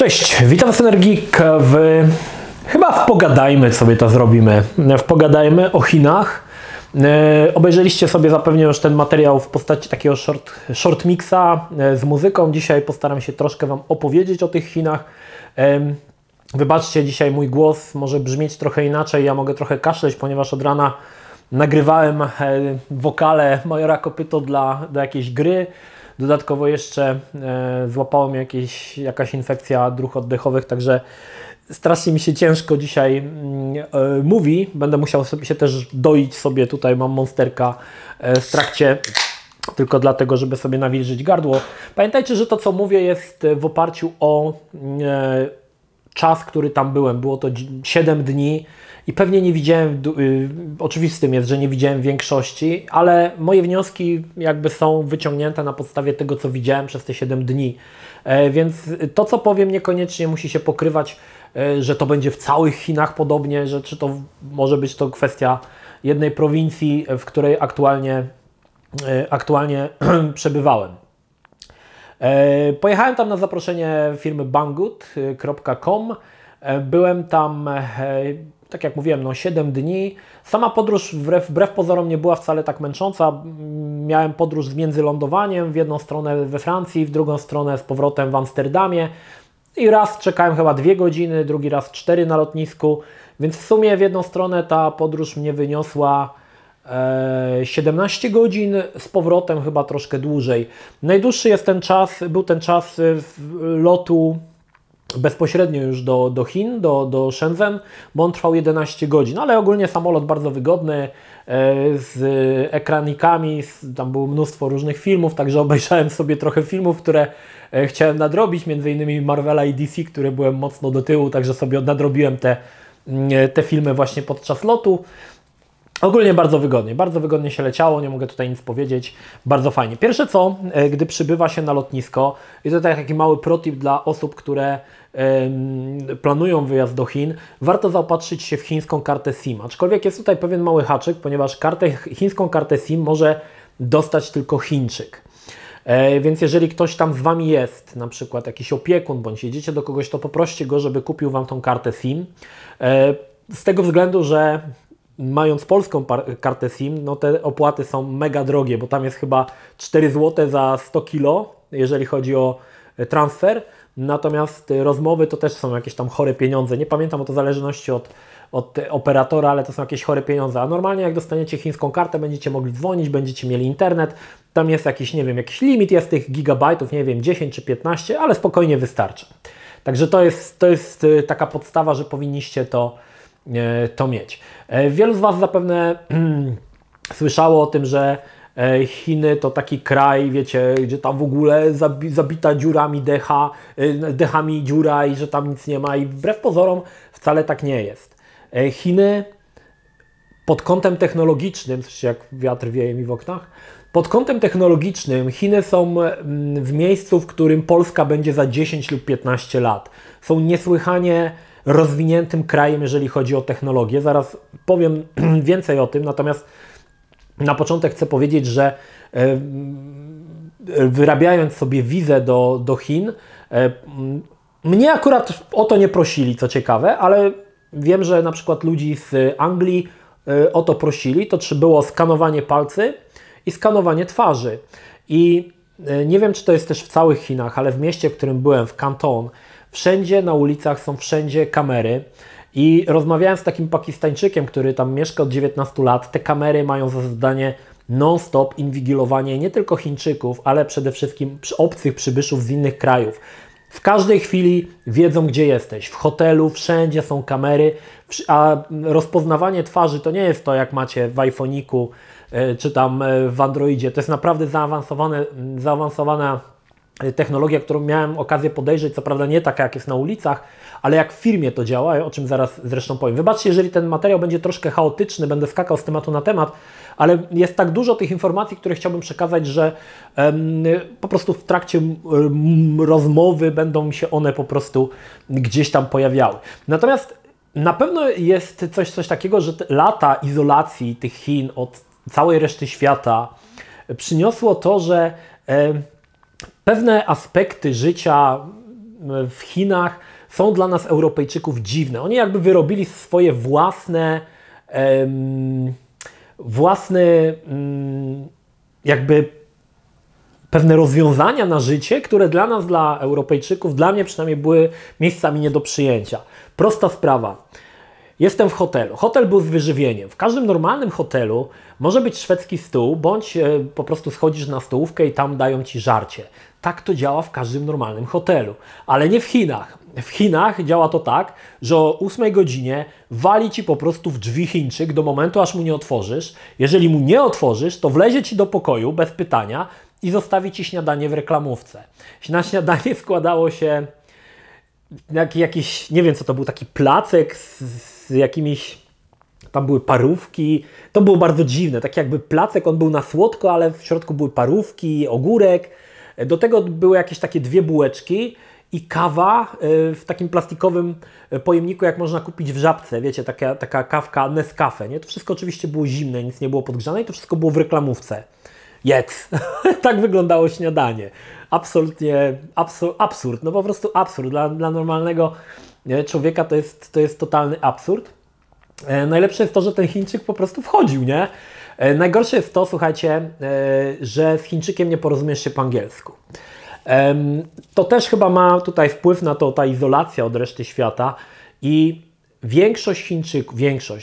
Cześć, witam Synergeek chyba w Pogadajmy sobie to zrobimy. W Pogadajmy o Chinach. Obejrzeliście sobie zapewne już ten materiał w postaci takiego short mixa z muzyką. Dzisiaj postaram się troszkę Wam opowiedzieć o tych Chinach. Wybaczcie, dzisiaj mój głos może brzmieć trochę inaczej. Ja mogę trochę kaszleć, ponieważ od rana nagrywałem wokale Majora Kopyto do jakiejś gry. Dodatkowo jeszcze złapało mnie jakaś infekcja dróg oddechowych, także strasznie mi się ciężko dzisiaj mówi. Będę musiał się też doić sobie, tutaj mam monsterka w trakcie, tylko dlatego, żeby sobie nawilżyć gardło. Pamiętajcie, że to, co mówię, jest w oparciu o czas, który tam byłem. Było to 7 dni i pewnie nie widziałem, oczywistym jest, że nie widziałem większości, ale moje wnioski jakby są wyciągnięte na podstawie tego, co widziałem przez te 7 dni. Więc to, co powiem, niekoniecznie musi się pokrywać, że to będzie w całych Chinach podobnie, że czy to może być to kwestia jednej prowincji, w której aktualnie przebywałem. Pojechałem tam na zaproszenie firmy Banggood.com. Byłem tam, tak jak mówiłem, 7 dni. Sama podróż wbrew pozorom nie była wcale tak męcząca. Miałem podróż z międzylądowaniem, w jedną stronę we Francji, w drugą stronę z powrotem w Amsterdamie. I raz czekałem chyba 2 godziny, drugi raz 4 na lotnisku. Więc w sumie w jedną stronę ta podróż mnie wyniosła 17 godzin, z powrotem chyba troszkę dłużej. Najdłuższy jest był ten czas lotu bezpośrednio już do Chin, do Shenzhen, bo on trwał 11 godzin, ale ogólnie samolot bardzo wygodny, z ekranikami, tam było mnóstwo różnych filmów, także obejrzałem sobie trochę filmów, które chciałem nadrobić, między innymi Marvela i DC, które byłem mocno do tyłu, także sobie nadrobiłem te filmy właśnie podczas lotu. Ogólnie bardzo wygodnie się leciało, nie mogę tutaj nic powiedzieć, bardzo fajnie. Pierwsze co, gdy przybywa się na lotnisko, i to taki mały protip dla osób, które planują wyjazd do Chin, warto zaopatrzyć się w chińską kartę SIM. Aczkolwiek jest tutaj pewien mały haczyk, ponieważ chińską kartę SIM może dostać tylko Chińczyk. Więc jeżeli ktoś tam z Wami jest, na przykład jakiś opiekun, bądź jedziecie do kogoś, to poproście go, żeby kupił Wam tą kartę SIM. Z tego względu, że mając polską kartę SIM, no te opłaty są mega drogie, bo tam jest chyba 4 zł za 100 kg, jeżeli chodzi o transfer, natomiast rozmowy to też są jakieś tam chore pieniądze. Nie pamiętam, bo to w zależności od operatora, ale to są jakieś chore pieniądze. A normalnie jak dostaniecie chińską kartę, będziecie mogli dzwonić, będziecie mieli internet, tam jest jakiś, nie wiem, jakiś limit jest tych gigabajtów, nie wiem, 10 czy 15, ale spokojnie wystarczy. Także to jest taka podstawa, że powinniście to mieć. Wielu z Was zapewne słyszało o tym, że Chiny to taki kraj, wiecie, gdzie tam w ogóle zabita dziurami dechami dziura i że tam nic nie ma, i wbrew pozorom wcale tak nie jest. Chiny pod kątem technologicznym, słyszycie jak wiatr wieje mi w oknach, pod kątem technologicznym Chiny są w miejscu, w którym Polska będzie za 10 lub 15 lat. Są niesłychanie rozwiniętym krajem, jeżeli chodzi o technologię. Zaraz powiem więcej o tym, natomiast na początek chcę powiedzieć, że wyrabiając sobie wizę do Chin, mnie akurat o to nie prosili, co ciekawe, ale wiem, że na przykład ludzi z Anglii o to prosili. To było skanowanie palcy i skanowanie twarzy. I nie wiem, czy to jest też w całych Chinach, ale w mieście, w którym byłem, w Kanton, wszędzie na ulicach są kamery. I rozmawiałem z takim Pakistańczykiem, który tam mieszka od 19 lat. Te kamery mają za zadanie non-stop inwigilowanie nie tylko Chińczyków, ale przede wszystkim obcych przybyszów z innych krajów. W każdej chwili wiedzą, gdzie jesteś. W hotelu, wszędzie są kamery, a rozpoznawanie twarzy to nie jest to, jak macie w iPhoniku czy tam w Androidzie. To jest naprawdę zaawansowana technologia, którą miałem okazję podejrzeć, co prawda nie taka, jak jest na ulicach, ale jak w firmie to działa, o czym zaraz zresztą powiem. Wybaczcie, jeżeli ten materiał będzie troszkę chaotyczny, będę skakał z tematu na temat, ale jest tak dużo tych informacji, które chciałbym przekazać, że po prostu w trakcie rozmowy będą mi się one po prostu gdzieś tam pojawiały. Natomiast na pewno jest coś takiego, że lata izolacji tych Chin od całej reszty świata przyniosło to, że pewne aspekty życia w Chinach są dla nas Europejczyków dziwne. Oni jakby wyrobili swoje własne jakby pewne rozwiązania na życie, które dla nas, dla Europejczyków, dla mnie przynajmniej były miejscami nie do przyjęcia. Prosta sprawa. Jestem w hotelu. Hotel był z wyżywieniem. W każdym normalnym hotelu może być szwedzki stół, bądź po prostu schodzisz na stołówkę i tam dają Ci żarcie. Tak to działa w każdym normalnym hotelu, ale nie w Chinach. W Chinach działa to tak, że o 8 godzinie wali Ci po prostu w drzwi Chińczyk do momentu, aż mu nie otworzysz. Jeżeli mu nie otworzysz, to wlezie Ci do pokoju bez pytania i zostawi Ci śniadanie w reklamówce. Na śniadanie składało się jakiś, nie wiem co to był, taki placek z jakimiś, tam były parówki, to było bardzo dziwne, tak jakby placek, on był na słodko, ale w środku były parówki, ogórek, do tego były jakieś takie 2 bułeczki i kawa w takim plastikowym pojemniku, jak można kupić w Żabce, wiecie, taka kawka Nescafe, nie? To wszystko oczywiście było zimne, nic nie było podgrzane i to wszystko było w reklamówce. Jedz! Tak wyglądało śniadanie. Absolutnie absurd, no po prostu absurd. Dla normalnego człowieka to jest totalny absurd. Najlepsze jest to, że ten Chińczyk po prostu wchodził, nie? Najgorsze jest to, słuchajcie, że z Chińczykiem nie porozumiesz się po angielsku. To też chyba ma tutaj wpływ na to ta izolacja od reszty świata i większość Chińczyków,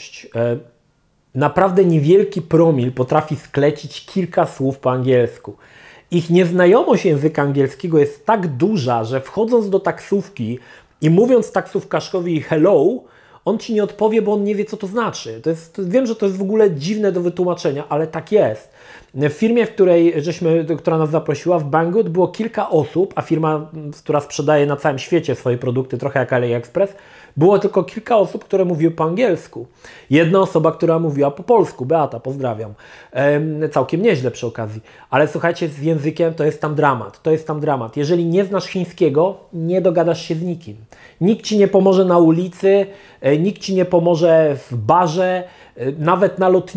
naprawdę niewielki promil potrafi sklecić kilka słów po angielsku. Ich nieznajomość języka angielskiego jest tak duża, że wchodząc do taksówki i mówiąc taksówkarzowi hello, on Ci nie odpowie, bo on nie wie, co to znaczy. Wiem, że to jest w ogóle dziwne do wytłumaczenia, ale tak jest. W firmie, która nas zaprosiła, w Banggood, było kilka osób, a firma, która sprzedaje na całym świecie swoje produkty, trochę jak AliExpress, było tylko kilka osób, które mówiły po angielsku. Jedna osoba, która mówiła po polsku, Beata, pozdrawiam. Całkiem nieźle przy okazji. Ale słuchajcie, z językiem to jest tam dramat. Jeżeli nie znasz chińskiego, nie dogadasz się z nikim. Nikt Ci nie pomoże na ulicy, nikt Ci nie pomoże w barze, nawet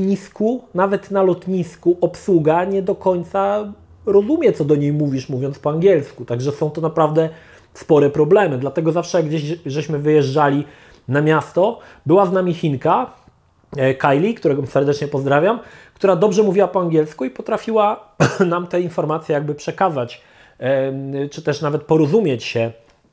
na lotnisku obsługa nie do końca rozumie, co do niej mówisz, mówiąc po angielsku. Także są to naprawdę spore problemy. Dlatego zawsze jak gdzieś żeśmy wyjeżdżali na miasto, była z nami Chinka, Kylie, którego serdecznie pozdrawiam, która dobrze mówiła po angielsku i potrafiła nam te informacje jakby przekazać, czy też nawet porozumieć się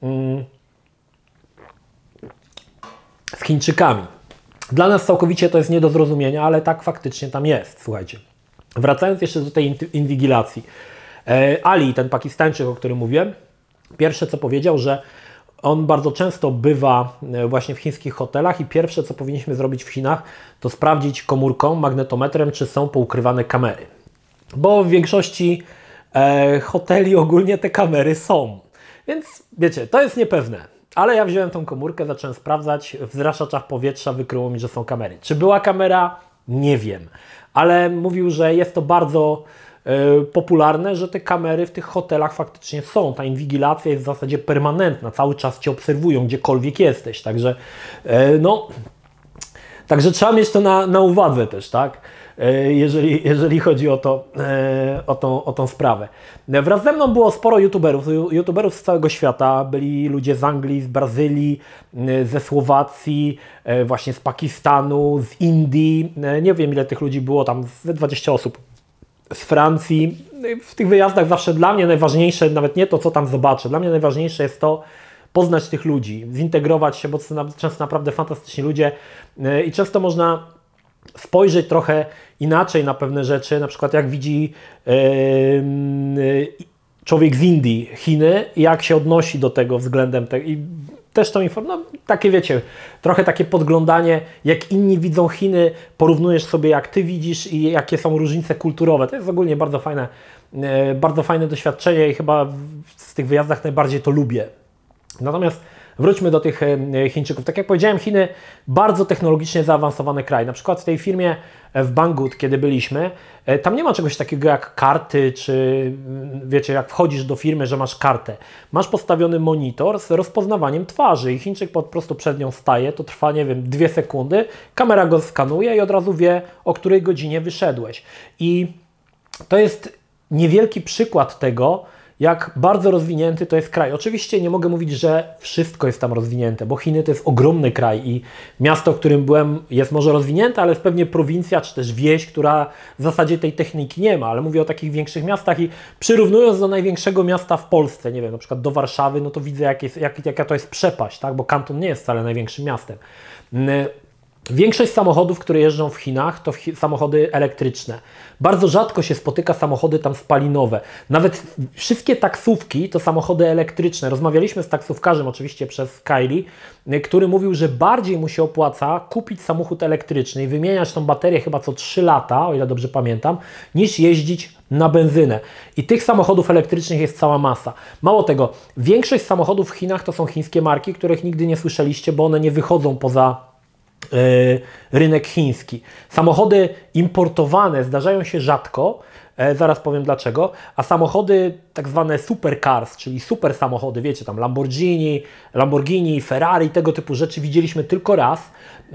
z Chińczykami. Dla nas całkowicie to jest nie do zrozumienia, ale tak faktycznie tam jest, słuchajcie. Wracając jeszcze do tej inwigilacji. Ali, ten Pakistańczyk, o którym mówiłem, pierwsze co powiedział, że on bardzo często bywa właśnie w chińskich hotelach i pierwsze co powinniśmy zrobić w Chinach, to sprawdzić komórką, magnetometrem, czy są poukrywane kamery. Bo w większości hoteli ogólnie te kamery są. Więc wiecie, to jest niepewne. Ale ja wziąłem tą komórkę, zacząłem sprawdzać, w zraszaczach powietrza wykryło mi, że są kamery. Czy była kamera? Nie wiem. Ale mówił, że jest to bardzo popularne, że te kamery w tych hotelach faktycznie są. Ta inwigilacja jest w zasadzie permanentna. Cały czas Cię obserwują, gdziekolwiek jesteś. Także także trzeba mieć to na uwadze też, tak? Jeżeli chodzi o tą sprawę. Wraz ze mną było sporo youtuberów z całego świata. Byli ludzie z Anglii, z Brazylii, ze Słowacji, właśnie z Pakistanu, z Indii. Nie wiem, ile tych ludzi było, tam ze 20 osób. Z Francji. W tych wyjazdach zawsze dla mnie najważniejsze, nawet nie to, co tam zobaczę, dla mnie najważniejsze jest to, poznać tych ludzi, zintegrować się, bo to są często naprawdę fantastyczni ludzie i często można spojrzeć trochę inaczej na pewne rzeczy, na przykład jak widzi człowiek z Indii, Chiny, jak się odnosi do tego względem tego i też tą informację, no, takie wiecie, trochę takie podglądanie, jak inni widzą Chiny, porównujesz sobie jak Ty widzisz i jakie są różnice kulturowe. To jest ogólnie bardzo fajne doświadczenie i chyba z tych wyjazdach najbardziej to lubię. Natomiast wróćmy do tych Chińczyków. Tak jak powiedziałem, Chiny bardzo technologicznie zaawansowany kraj. Na przykład w tej firmie w Banggood, kiedy byliśmy, tam nie ma czegoś takiego jak karty, czy wiecie, jak wchodzisz do firmy, że masz kartę. Masz postawiony monitor z rozpoznawaniem twarzy i Chińczyk po prostu przed nią staje, to trwa, nie wiem, 2 sekundy, kamera go skanuje i od razu wie, o której godzinie wyszedłeś. I to jest niewielki przykład tego, jak bardzo rozwinięty to jest kraj. Oczywiście nie mogę mówić, że wszystko jest tam rozwinięte, bo Chiny to jest ogromny kraj i miasto, w którym byłem, jest może rozwinięte, ale jest pewnie prowincja czy też wieś, która w zasadzie tej techniki nie ma, ale mówię o takich większych miastach i przyrównując do największego miasta w Polsce, nie wiem, na przykład do Warszawy, no to widzę jaka to jest przepaść, tak? Bo Kanton nie jest wcale największym miastem. Większość samochodów, które jeżdżą w Chinach, to samochody elektryczne. Bardzo rzadko się spotyka samochody tam spalinowe. Nawet wszystkie taksówki to samochody elektryczne. Rozmawialiśmy z taksówkarzem oczywiście przez Kylie, który mówił, że bardziej mu się opłaca kupić samochód elektryczny i wymieniać tą baterię chyba co 3 lata, o ile dobrze pamiętam, niż jeździć na benzynę. I tych samochodów elektrycznych jest cała masa. Mało tego, większość samochodów w Chinach to są chińskie marki, których nigdy nie słyszeliście, bo one nie wychodzą poza rynek chiński. Samochody importowane zdarzają się rzadko, zaraz powiem dlaczego, a samochody tak zwane supercars, czyli super samochody, wiecie, tam Lamborghini, Ferrari, tego typu rzeczy widzieliśmy tylko raz.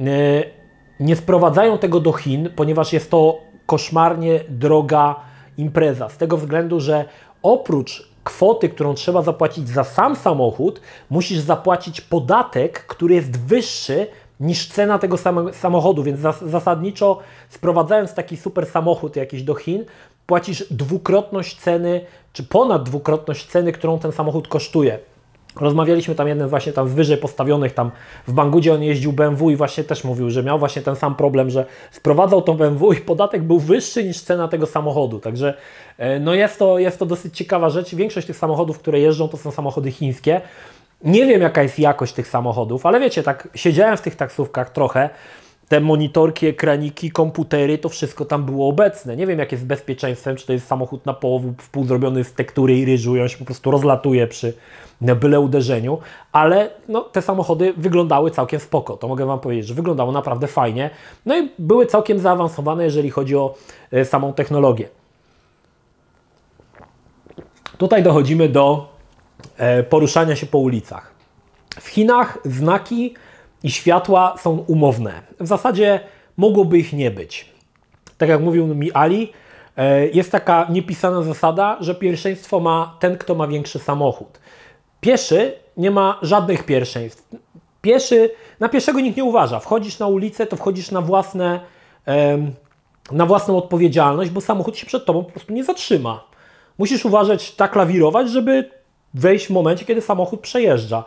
Nie sprowadzają tego do Chin, ponieważ jest to koszmarnie droga impreza, z tego względu, że oprócz kwoty, którą trzeba zapłacić za sam samochód, musisz zapłacić podatek, który jest wyższy niż cena tego samego samochodu, więc zasadniczo sprowadzając taki super samochód jakiś do Chin, płacisz dwukrotność ceny, czy ponad dwukrotność ceny, którą ten samochód kosztuje. Rozmawialiśmy tam jeden właśnie tam z wyżej postawionych, tam w Bangudzie on jeździł BMW i właśnie też mówił, że miał właśnie ten sam problem, że sprowadzał tą BMW i podatek był wyższy niż cena tego samochodu. Także no jest to dosyć ciekawa rzecz. Większość tych samochodów, które jeżdżą, to są samochody chińskie. Nie wiem, jaka jest jakość tych samochodów, ale wiecie, tak siedziałem w tych taksówkach trochę, te monitorki, ekraniki, komputery, to wszystko tam było obecne. Nie wiem, jak jest z bezpieczeństwem, czy to jest samochód na połowu wpół zrobiony z tektury i ryżu i on się po prostu rozlatuje przy byle uderzeniu, ale no, te samochody wyglądały całkiem spoko, to mogę Wam powiedzieć, że wyglądało naprawdę fajnie, no i były całkiem zaawansowane, jeżeli chodzi o samą technologię. Tutaj dochodzimy do poruszania się po ulicach. W Chinach znaki i światła są umowne. W zasadzie mogłoby ich nie być. Tak jak mówił mi Ali, jest taka niepisana zasada, że pierwszeństwo ma ten, kto ma większy samochód. Pieszy nie ma żadnych pierwszeństw. Na pieszego nikt nie uważa. Wchodzisz na ulicę, to wchodzisz na własną odpowiedzialność, bo samochód się przed Tobą po prostu nie zatrzyma. Musisz uważać, tak lawirować, żeby wejść w momencie, kiedy samochód przejeżdża.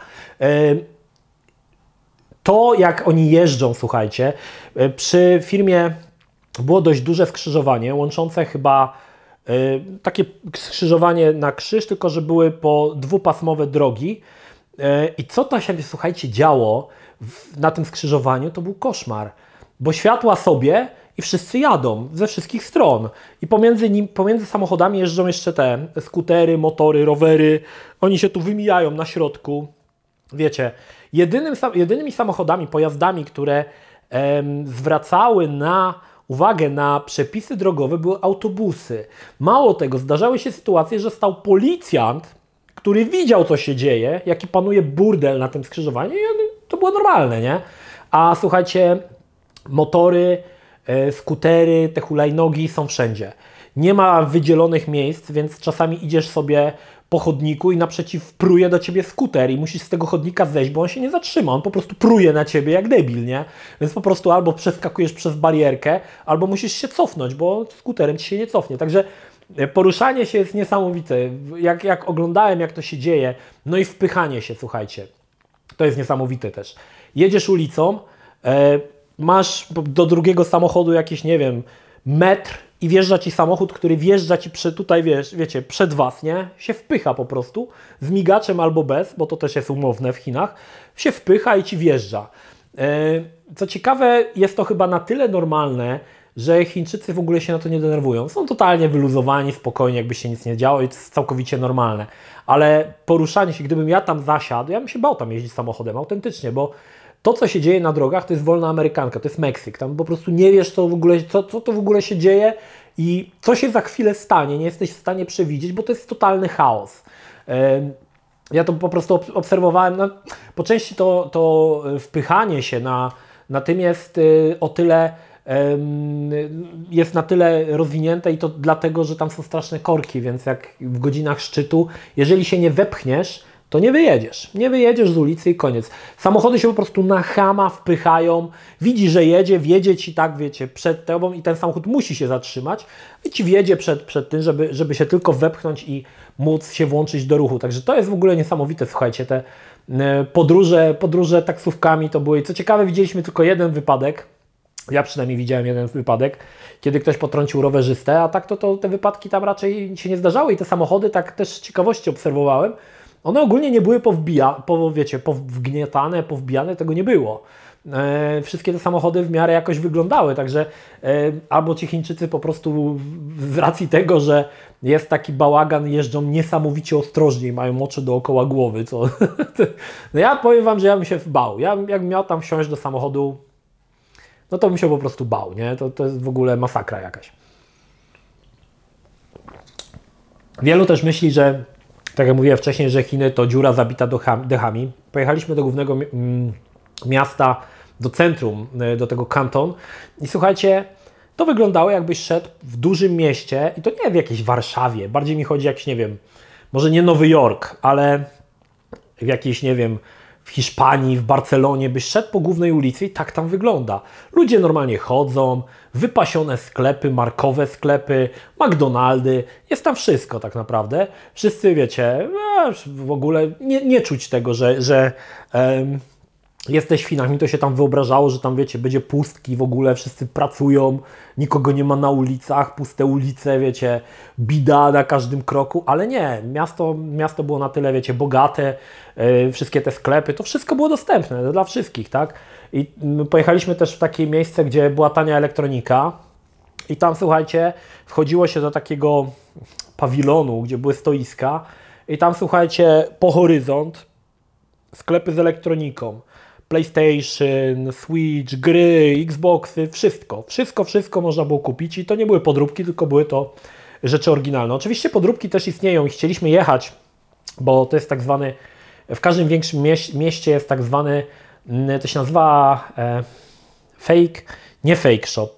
To, jak oni jeżdżą, słuchajcie, przy firmie było dość duże skrzyżowanie, łączące chyba takie skrzyżowanie na krzyż, tylko że były po dwupasmowe drogi. I co to się, słuchajcie, działo na tym skrzyżowaniu, to był koszmar, bo światła sobie i wszyscy jadą ze wszystkich stron. I pomiędzy samochodami jeżdżą jeszcze te skutery, motory, rowery. Oni się tu wymijają na środku. Wiecie, jedynymi samochodami, pojazdami, które zwracały uwagę na przepisy drogowe, były autobusy. Mało tego, zdarzały się sytuacje, że stał policjant, który widział, co się dzieje, jaki panuje burdel na tym skrzyżowaniu i to było normalne, nie? A słuchajcie, motory, skutery, te hulajnogi są wszędzie. Nie ma wydzielonych miejsc, więc czasami idziesz sobie po chodniku i naprzeciw pruje do Ciebie skuter i musisz z tego chodnika zejść, bo on się nie zatrzyma, on po prostu pruje na Ciebie jak debil, nie? Więc po prostu albo przeskakujesz przez barierkę, albo musisz się cofnąć, bo skuterem Ci się nie cofnie. Także poruszanie się jest niesamowite. Jak oglądałem, jak to się dzieje, no i wpychanie się, słuchajcie, to jest niesamowite też. Jedziesz ulicą, masz do drugiego samochodu jakiś, nie wiem, metr i wjeżdża Ci samochód, który wjeżdża Ci tutaj, wiecie, przed Was, nie? Się wpycha po prostu, z migaczem albo bez, bo to też jest umowne w Chinach, się wpycha i Ci wjeżdża. Co ciekawe, jest to chyba na tyle normalne, że Chińczycy w ogóle się na to nie denerwują. Są totalnie wyluzowani, spokojnie, jakby się nic nie działo i to jest całkowicie normalne. Ale poruszanie się, gdybym ja tam zasiadł, ja bym się bał tam jeździć samochodem, autentycznie, bo to, co się dzieje na drogach, to jest wolna amerykanka, to jest Meksyk. Tam po prostu nie wiesz, co to w ogóle się dzieje i co się za chwilę stanie. Nie jesteś w stanie przewidzieć, bo to jest totalny chaos. Ja to po prostu obserwowałem. No, po części to wpychanie się na tym jest o tyle jest na tyle rozwinięte i to dlatego, że tam są straszne korki, więc jak w godzinach szczytu, jeżeli się nie wepchniesz, to nie wyjedziesz. Nie wyjedziesz z ulicy i koniec. Samochody się po prostu na chama wpychają, widzi, że jedzie, wjedzie ci tak, wiecie, przed tobą i ten samochód musi się zatrzymać i ci wjedzie przed tym, żeby się tylko wepchnąć i móc się włączyć do ruchu. Także to jest w ogóle niesamowite, słuchajcie, te podróże taksówkami to były. Co ciekawe, widzieliśmy tylko jeden wypadek. Ja przynajmniej widziałem jeden wypadek, kiedy ktoś potrącił rowerzystę, a tak to te wypadki tam raczej się nie zdarzały i te samochody, tak też z ciekawości obserwowałem, one ogólnie nie były powgniatane, powbijane, tego nie było. Wszystkie te samochody w miarę jakoś wyglądały, także albo ci Chińczycy po prostu z racji tego, że jest taki bałagan, jeżdżą niesamowicie ostrożnie i mają oczy dookoła głowy, co no ja powiem Wam, że ja bym się bał. Jak miał tam wsiąść do samochodu, no to bym się po prostu bał, nie? To jest w ogóle masakra jakaś. Wielu też myśli, że, tak jak mówiłem wcześniej, że Chiny to dziura zabita dechami. Pojechaliśmy do głównego miasta, do centrum, do tego Kanton i słuchajcie, to wyglądało jakbyś szedł w dużym mieście i to nie w jakiejś Warszawie, bardziej mi chodzi jakiś, nie wiem, może nie Nowy Jork, ale w jakiejś, nie wiem, w Hiszpanii, w Barcelonie, byś szedł po głównej ulicy i tak tam wygląda. Ludzie normalnie chodzą, wypasione sklepy, markowe sklepy, McDonaldy, jest tam wszystko tak naprawdę. Wszyscy, wiecie, w ogóle nie czuć tego, że jesteś w Chinach, mi to się tam wyobrażało, że tam, wiecie, będzie pustki w ogóle, wszyscy pracują, nikogo nie ma na ulicach, puste ulice, wiecie, bida na każdym kroku, ale nie, miasto było na tyle, wiecie, bogate, wszystkie te sklepy, to wszystko było dostępne dla wszystkich, tak? I pojechaliśmy też w takie miejsce, gdzie była tania elektronika i tam, słuchajcie, wchodziło się do takiego pawilonu, gdzie były stoiska i tam, słuchajcie, po horyzont sklepy z elektroniką, PlayStation, Switch, gry, Xboxy, wszystko można było kupić i to nie były podróbki, tylko były to rzeczy oryginalne. Oczywiście podróbki też istnieją i chcieliśmy jechać, bo to jest tak zwany, w każdym większym mieście jest tak zwany, to się nazywa nie fake shop,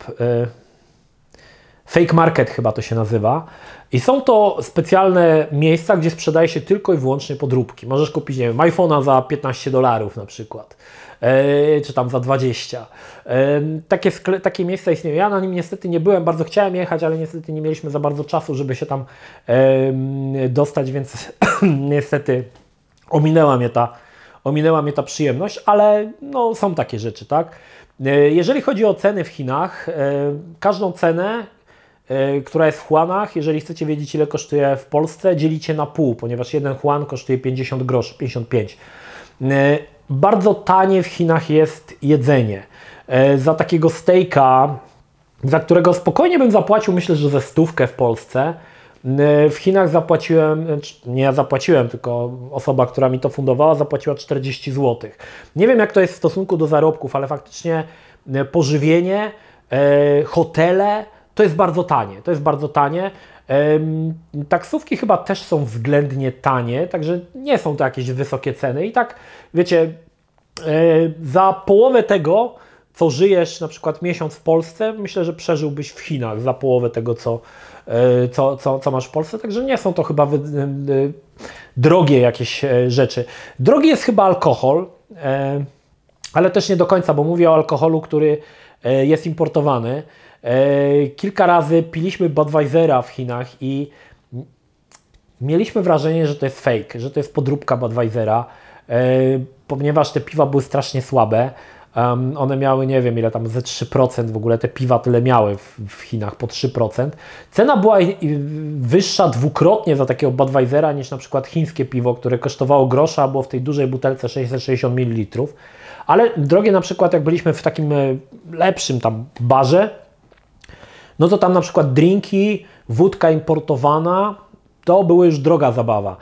fake market chyba to się nazywa. I są to specjalne miejsca, gdzie sprzedaje się tylko i wyłącznie podróbki. Możesz kupić, nie wiem, iPhone'a za $15 na przykład, czy tam za 20. Takie miejsca istnieją. Ja na nim niestety nie byłem, bardzo chciałem jechać, ale niestety nie mieliśmy za bardzo czasu, żeby się tam dostać, więc niestety ominęła mnie ta przyjemność, ale no, są takie rzeczy, tak? Jeżeli chodzi o ceny w Chinach, każdą cenę, która jest w juanach, jeżeli chcecie wiedzieć, ile kosztuje w Polsce, dzielicie na pół, ponieważ jeden juan kosztuje 50 groszy, 55. Bardzo tanie w Chinach jest jedzenie. Za takiego stejka, za którego spokojnie bym zapłacił, myślę, że ze 100 w Polsce. W Chinach zapłaciłem, nie ja zapłaciłem, tylko osoba, która mi to fundowała, zapłaciła 40 zł. Nie wiem, jak to jest w stosunku do zarobków, ale faktycznie pożywienie, hotele, to jest bardzo tanie. Taksówki chyba też są względnie tanie, także nie są to jakieś wysokie ceny. I tak, wiecie, za połowę tego, co żyjesz na przykład miesiąc w Polsce, myślę, że przeżyłbyś w Chinach za połowę tego, co masz w Polsce. Także nie są to chyba drogie jakieś rzeczy. Drogi jest chyba alkohol, ale też nie do końca, bo mówię o alkoholu, który jest importowany. Kilka razy piliśmy Budweisera w Chinach i mieliśmy wrażenie, że to jest fake, że to jest podróbka Budweisera, ponieważ te piwa były strasznie słabe. One miały, nie wiem ile tam, ze 3% w ogóle te piwa tyle miały w Chinach, po 3%. Cena była wyższa dwukrotnie za takiego Budweisera niż na przykład chińskie piwo, które kosztowało grosza, a było w tej dużej butelce 660 ml. Ale drogie, na przykład jak byliśmy w takim lepszym tam barze, no to tam na przykład drinki, wódka importowana, to była już droga zabawa.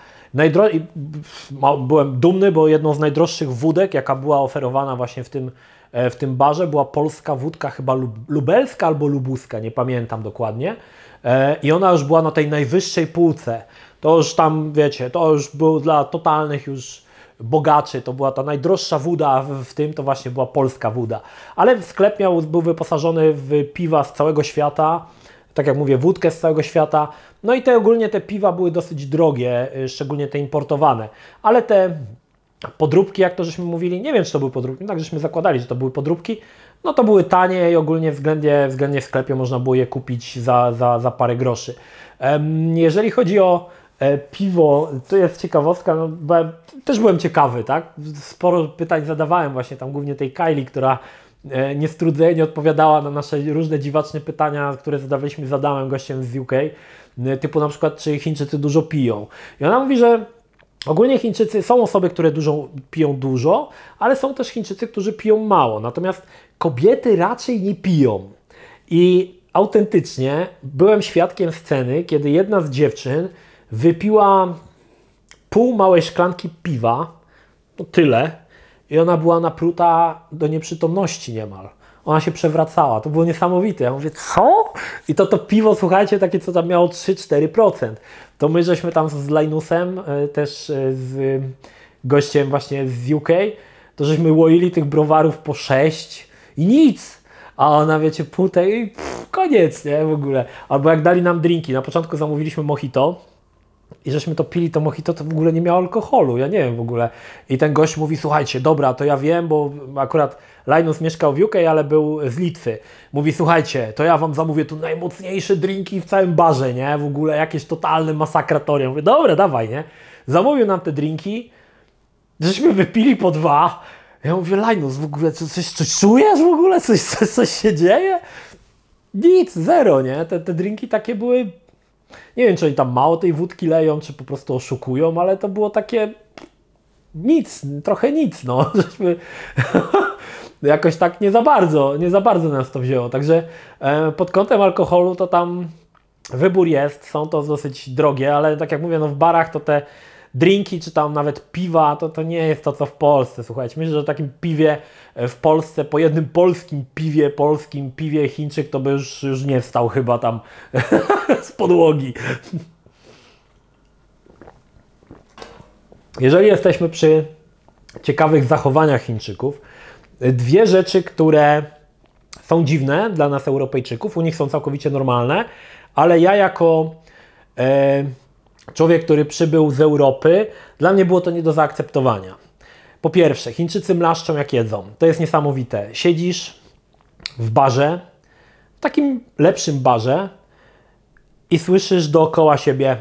Byłem dumny, bo jedną z najdroższych wódek, jaka była oferowana właśnie w tym barze, była polska wódka, chyba lubelska albo lubuska, nie pamiętam dokładnie. I ona już była na tej najwyższej półce. To już tam, wiecie, to już był dla totalnych już bogaczy, to była ta najdroższa woda w tym, to właśnie była polska woda. Ale sklep był wyposażony w piwa z całego świata, tak jak mówię, wódkę z całego świata. No i ogólnie te piwa były dosyć drogie, szczególnie te importowane. Ale te podróbki, jak to żeśmy mówili, nie wiem, czy to były podróbki, tak żeśmy zakładali, że to były podróbki, no to były tanie i ogólnie względnie w sklepie można było je kupić za parę groszy. Jeżeli chodzi o piwo, to jest ciekawostka, no, też byłem ciekawy, tak? Sporo pytań zadawałem właśnie tam głównie tej Kylie, która niestrudzenie odpowiadała na nasze różne dziwaczne pytania, które zadawaliśmy z Adamem, gościem z UK, typu na przykład, czy Chińczycy dużo piją. I ona mówi, że ogólnie Chińczycy, są osoby, które piją dużo, ale są też Chińczycy, którzy piją mało. Natomiast kobiety raczej nie piją. I autentycznie byłem świadkiem sceny, kiedy jedna z dziewczyn wypiła pół małej szklanki piwa, no tyle, i ona była napruta do nieprzytomności niemal. Ona się przewracała, to było niesamowite. Ja mówię, co? I to piwo, słuchajcie, takie co tam miało 3-4%. To my żeśmy tam z Linusem, też z gościem właśnie z UK, to żeśmy łoili tych browarów po 6 i nic. A ona, wiecie, pół tej, koniec, nie, w ogóle. Albo jak dali nam drinki, na początku zamówiliśmy mojito i żeśmy to pili, to mojito to w ogóle nie miało alkoholu, ja nie wiem w ogóle. I ten gość mówi, słuchajcie, dobra, to ja wiem, bo akurat Linus mieszkał w UK, ale był z Litwy. Mówi, słuchajcie, to ja wam zamówię tu najmocniejsze drinki w całym barze, nie, w ogóle jakieś totalne masakratoria. Mówię, dobra, dawaj, nie. Zamówił nam te drinki, żeśmy wypili po 2. Ja mówię, Linus, w ogóle coś czujesz w ogóle? Coś się dzieje? Nic, zero, nie? Te drinki takie były, nie wiem, czy oni tam mało tej wódki leją, czy po prostu oszukują, ale to było takie nic, trochę nic, no. Żeśmy jakoś tak nie za bardzo nas to wzięło. Także pod kątem alkoholu to tam wybór jest, są to dosyć drogie, ale tak jak mówię, no w barach to te drinki, czy tam nawet piwa, to nie jest to, co w Polsce. Słuchajcie, myślę, że o takim piwie w Polsce, po jednym polskim piwie Chińczyk, to by już nie wstał chyba tam z podłogi. Jeżeli jesteśmy przy ciekawych zachowaniach Chińczyków, dwie rzeczy, które są dziwne dla nas Europejczyków, u nich są całkowicie normalne, ale ja jako człowiek, który przybył z Europy, dla mnie było to nie do zaakceptowania. Po pierwsze, Chińczycy mlaszczą jak jedzą. To jest niesamowite. Siedzisz w barze, w takim lepszym barze i słyszysz dookoła siebie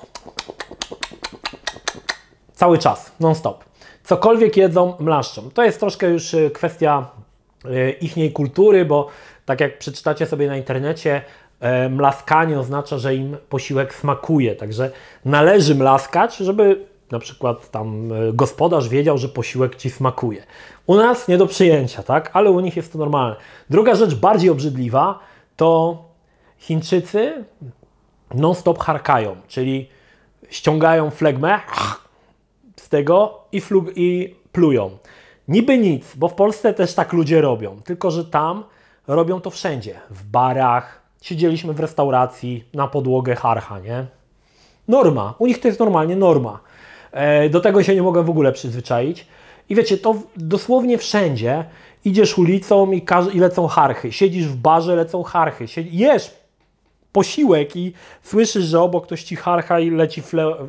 cały czas, non-stop. Cokolwiek jedzą, mlaszczą. To jest troszkę już kwestia ichniej kultury, bo tak jak przeczytacie sobie na internecie, mlaskanie oznacza, że im posiłek smakuje, także należy mlaskać, żeby na przykład tam gospodarz wiedział, że posiłek Ci smakuje. U nas nie do przyjęcia, tak? Ale u nich jest to normalne. Druga rzecz, bardziej obrzydliwa, to Chińczycy non-stop harkają, czyli ściągają flegmę z tego i plują. Niby nic, bo w Polsce też tak ludzie robią, tylko że tam robią to wszędzie, w barach, siedzieliśmy w restauracji, na podłogę harcha, nie? Norma. U nich to jest normalnie norma. Do tego się nie mogę w ogóle przyzwyczaić. I wiecie, to dosłownie wszędzie. Idziesz ulicą i lecą harchy. Siedzisz w barze, lecą harchy. Jesz posiłek i słyszysz, że obok ktoś ci harcha i leci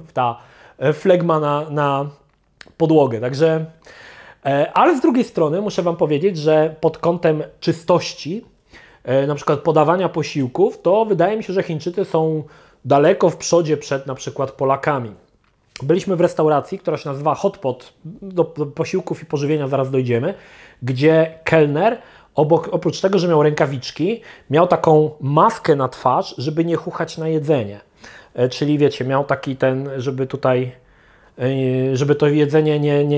flegma na podłogę. Także, ale z drugiej strony muszę Wam powiedzieć, że pod kątem czystości, na przykład podawania posiłków, to wydaje mi się, że Chińczycy są daleko w przodzie przed na przykład Polakami. Byliśmy w restauracji, która się nazywa Hot Pot, do posiłków i pożywienia zaraz dojdziemy, gdzie kelner oprócz tego, że miał rękawiczki, miał taką maskę na twarz, żeby nie chuchać na jedzenie. Czyli wiecie, miał taki żeby tutaj, żeby to jedzenie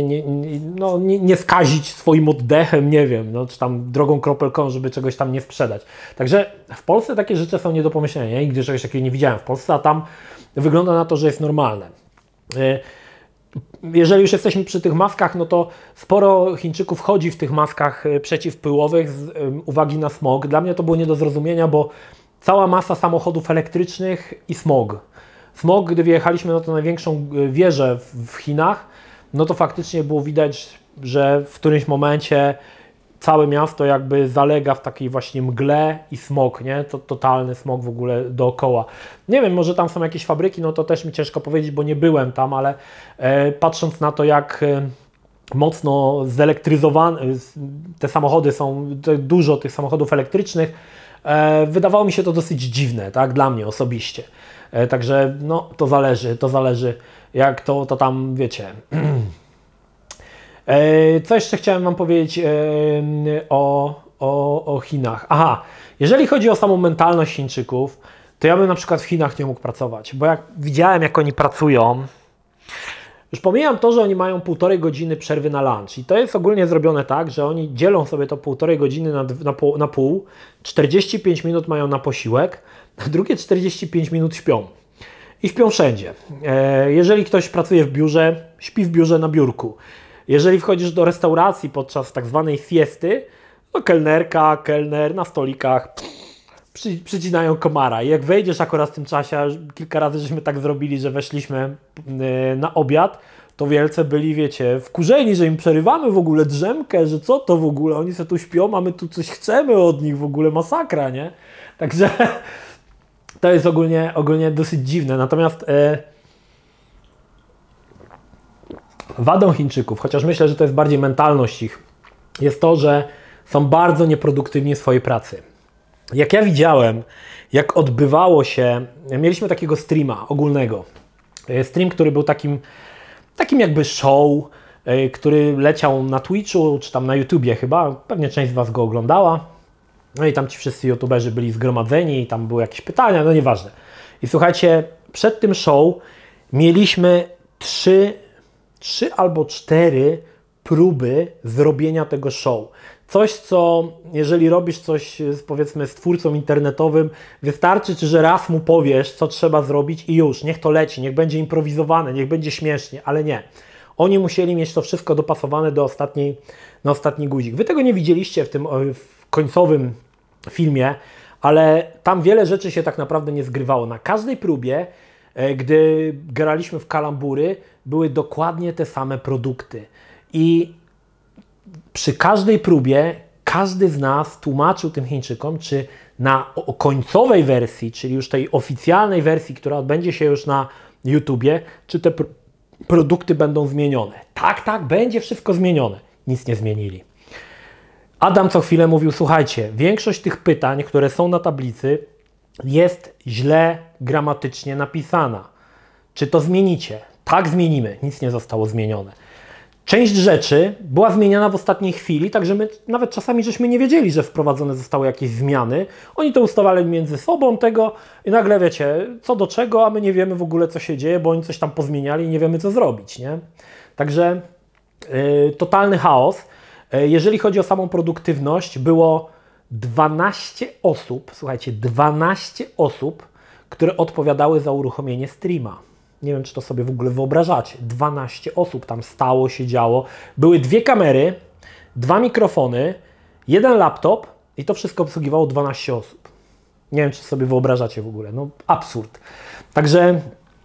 nie skazić swoim oddechem, nie wiem, no, czy tam drogą kropelką, żeby czegoś tam nie sprzedać. Także w Polsce takie rzeczy są nie do pomyślenia. Ja nigdy czegoś takiego nie widziałem w Polsce, a tam wygląda na to, że jest normalne. Jeżeli już jesteśmy przy tych maskach, no to sporo Chińczyków chodzi w tych maskach przeciwpyłowych z uwagi na smog. Dla mnie to było nie do zrozumienia, bo cała masa samochodów elektrycznych i smog. Smog, gdy wjechaliśmy na tą największą wieżę w Chinach, no to faktycznie było widać, że w którymś momencie całe miasto jakby zalega w takiej właśnie mgle i smog, nie? To totalny smog w ogóle dookoła. Nie wiem, może tam są jakieś fabryki, no to też mi ciężko powiedzieć, bo nie byłem tam, ale patrząc na to, jak mocno zelektryzowane te samochody są, dużo tych samochodów elektrycznych, wydawało mi się to dosyć dziwne, tak, dla mnie osobiście. Także no, to zależy jak to tam, wiecie. Co jeszcze chciałem Wam powiedzieć o Chinach? Aha, jeżeli chodzi o samą mentalność Chińczyków, to ja bym na przykład w Chinach nie mógł pracować, bo jak widziałem, jak oni pracują, już pomijam to, że oni mają 1,5 godziny przerwy na lunch i to jest ogólnie zrobione tak, że oni dzielą sobie to 1,5 godziny na pół, 45 minut mają na posiłek, a drugie 45 minut śpią. I śpią wszędzie. Jeżeli ktoś pracuje w biurze, śpi w biurze na biurku. Jeżeli wchodzisz do restauracji podczas tak zwanej siesty, to kelnerka, kelner na stolikach przycinają komara. I jak wejdziesz akurat w tym czasie, kilka razy żeśmy tak zrobili, że weszliśmy na obiad, to wielce byli, wiecie, wkurzeni, że im przerywamy w ogóle drzemkę, że co to w ogóle, oni sobie tu śpią, a my tu coś chcemy od nich, w ogóle masakra, nie? Także to jest ogólnie dosyć dziwne. Natomiast wadą Chińczyków, chociaż myślę, że to jest bardziej mentalność ich, jest to, że są bardzo nieproduktywni w swojej pracy. Jak ja widziałem, jak odbywało się, mieliśmy takiego streama ogólnego. Stream, który był takim jakby show, który leciał na Twitchu, czy tam na YouTubie chyba, pewnie część z Was go oglądała. No i tam ci wszyscy YouTuberzy byli zgromadzeni i tam były jakieś pytania, no nieważne. I słuchajcie, przed tym show mieliśmy 3 albo 4 próby zrobienia tego show. Coś, co jeżeli robisz coś, powiedzmy, z twórcą internetowym, wystarczy, że raz mu powiesz, co trzeba zrobić i już, niech to leci, niech będzie improwizowane, niech będzie śmiesznie, ale nie. Oni musieli mieć to wszystko dopasowane na ostatni guzik. Wy tego nie widzieliście w tym w końcowym filmie, ale tam wiele rzeczy się tak naprawdę nie zgrywało. Na każdej próbie, gdy graliśmy w kalambury, były dokładnie te same produkty. I przy każdej próbie każdy z nas tłumaczył tym Chińczykom, czy na końcowej wersji, czyli już tej oficjalnej wersji, która odbędzie się już na YouTubie, czy te produkty będą zmienione. Tak, będzie wszystko zmienione. Nic nie zmienili. Adam co chwilę mówił, słuchajcie, większość tych pytań, które są na tablicy, jest źle gramatycznie napisana. Czy to zmienicie? Tak, zmienimy. Nic nie zostało zmienione. Część rzeczy była zmieniana w ostatniej chwili, także my nawet czasami żeśmy nie wiedzieli, że wprowadzone zostały jakieś zmiany. Oni to ustalali między sobą tego i nagle wiecie, co do czego, a my nie wiemy w ogóle, co się dzieje, bo oni coś tam pozmieniali i nie wiemy, co zrobić, nie? Także totalny chaos. Jeżeli chodzi o samą produktywność, było 12 osób, słuchajcie, 12 osób, które odpowiadały za uruchomienie streama. Nie wiem, czy to sobie w ogóle wyobrażacie. 12 osób tam stało, siedziało. Były 2 kamery, 2 mikrofony, 1 laptop i to wszystko obsługiwało 12 osób. Nie wiem, czy sobie wyobrażacie w ogóle. No absurd. Także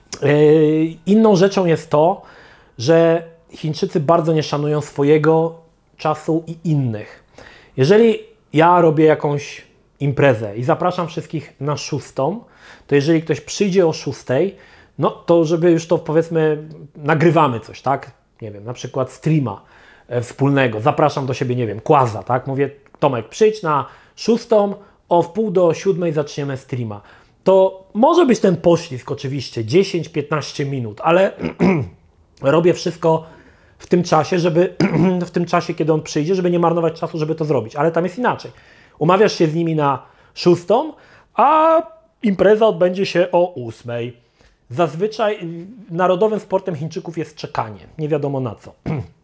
inną rzeczą jest to, że Chińczycy bardzo nie szanują swojego czasu i innych. Jeżeli ja robię jakąś imprezę i zapraszam wszystkich na 6, to jeżeli ktoś przyjdzie o 6, no to żeby już to, powiedzmy, nagrywamy coś, tak? Nie wiem, na przykład streama wspólnego, zapraszam do siebie, nie wiem, Kłaza, tak? Mówię, Tomek, przyjdź na 6, o 6:45 zaczniemy streama. To może być ten poślizg oczywiście, 10-15 minut, ale robię wszystko w tym czasie, w tym czasie, kiedy on przyjdzie, żeby nie marnować czasu, żeby to zrobić. Ale tam jest inaczej. Umawiasz się z nimi na 6, a impreza odbędzie się o 8. Zazwyczaj narodowym sportem Chińczyków jest czekanie. Nie wiadomo na co.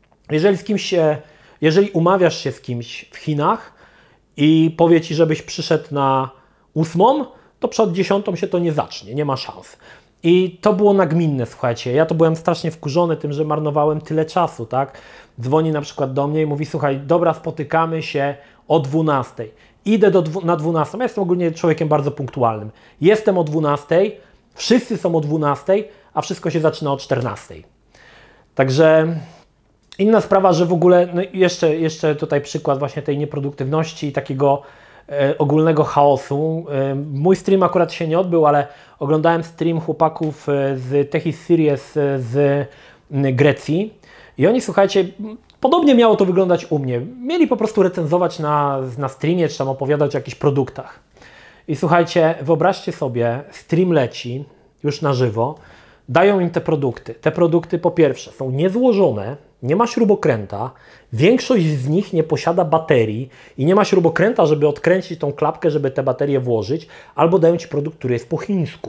Jeżeli umawiasz się z kimś w Chinach i powie Ci, żebyś przyszedł na 8, to przed 10 się to nie zacznie. Nie ma szans. I to było nagminne, słuchajcie. Ja to byłem strasznie wkurzony tym, że marnowałem tyle czasu, tak? Dzwoni na przykład do mnie i mówi, słuchaj, dobra, spotykamy się o 12. Idę na 12. Ja jestem ogólnie człowiekiem bardzo punktualnym. Jestem o 12, wszyscy są o 12, a wszystko się zaczyna o 14. Także inna sprawa, że w ogóle, no jeszcze tutaj przykład właśnie tej nieproduktywności i takiego ogólnego chaosu. Mój stream akurat się nie odbył, ale oglądałem stream chłopaków z Techis Series z Grecji i oni, słuchajcie, podobnie miało to wyglądać u mnie. Mieli po prostu recenzować na streamie, czy tam opowiadać o jakichś produktach. I słuchajcie, wyobraźcie sobie, stream leci już na żywo, dają im te produkty. Te produkty po pierwsze są niezłożone, nie ma śrubokręta, większość z nich nie posiada baterii i nie ma śrubokręta, żeby odkręcić tą klapkę, żeby te baterie włożyć, albo dają Ci produkt, który jest po chińsku.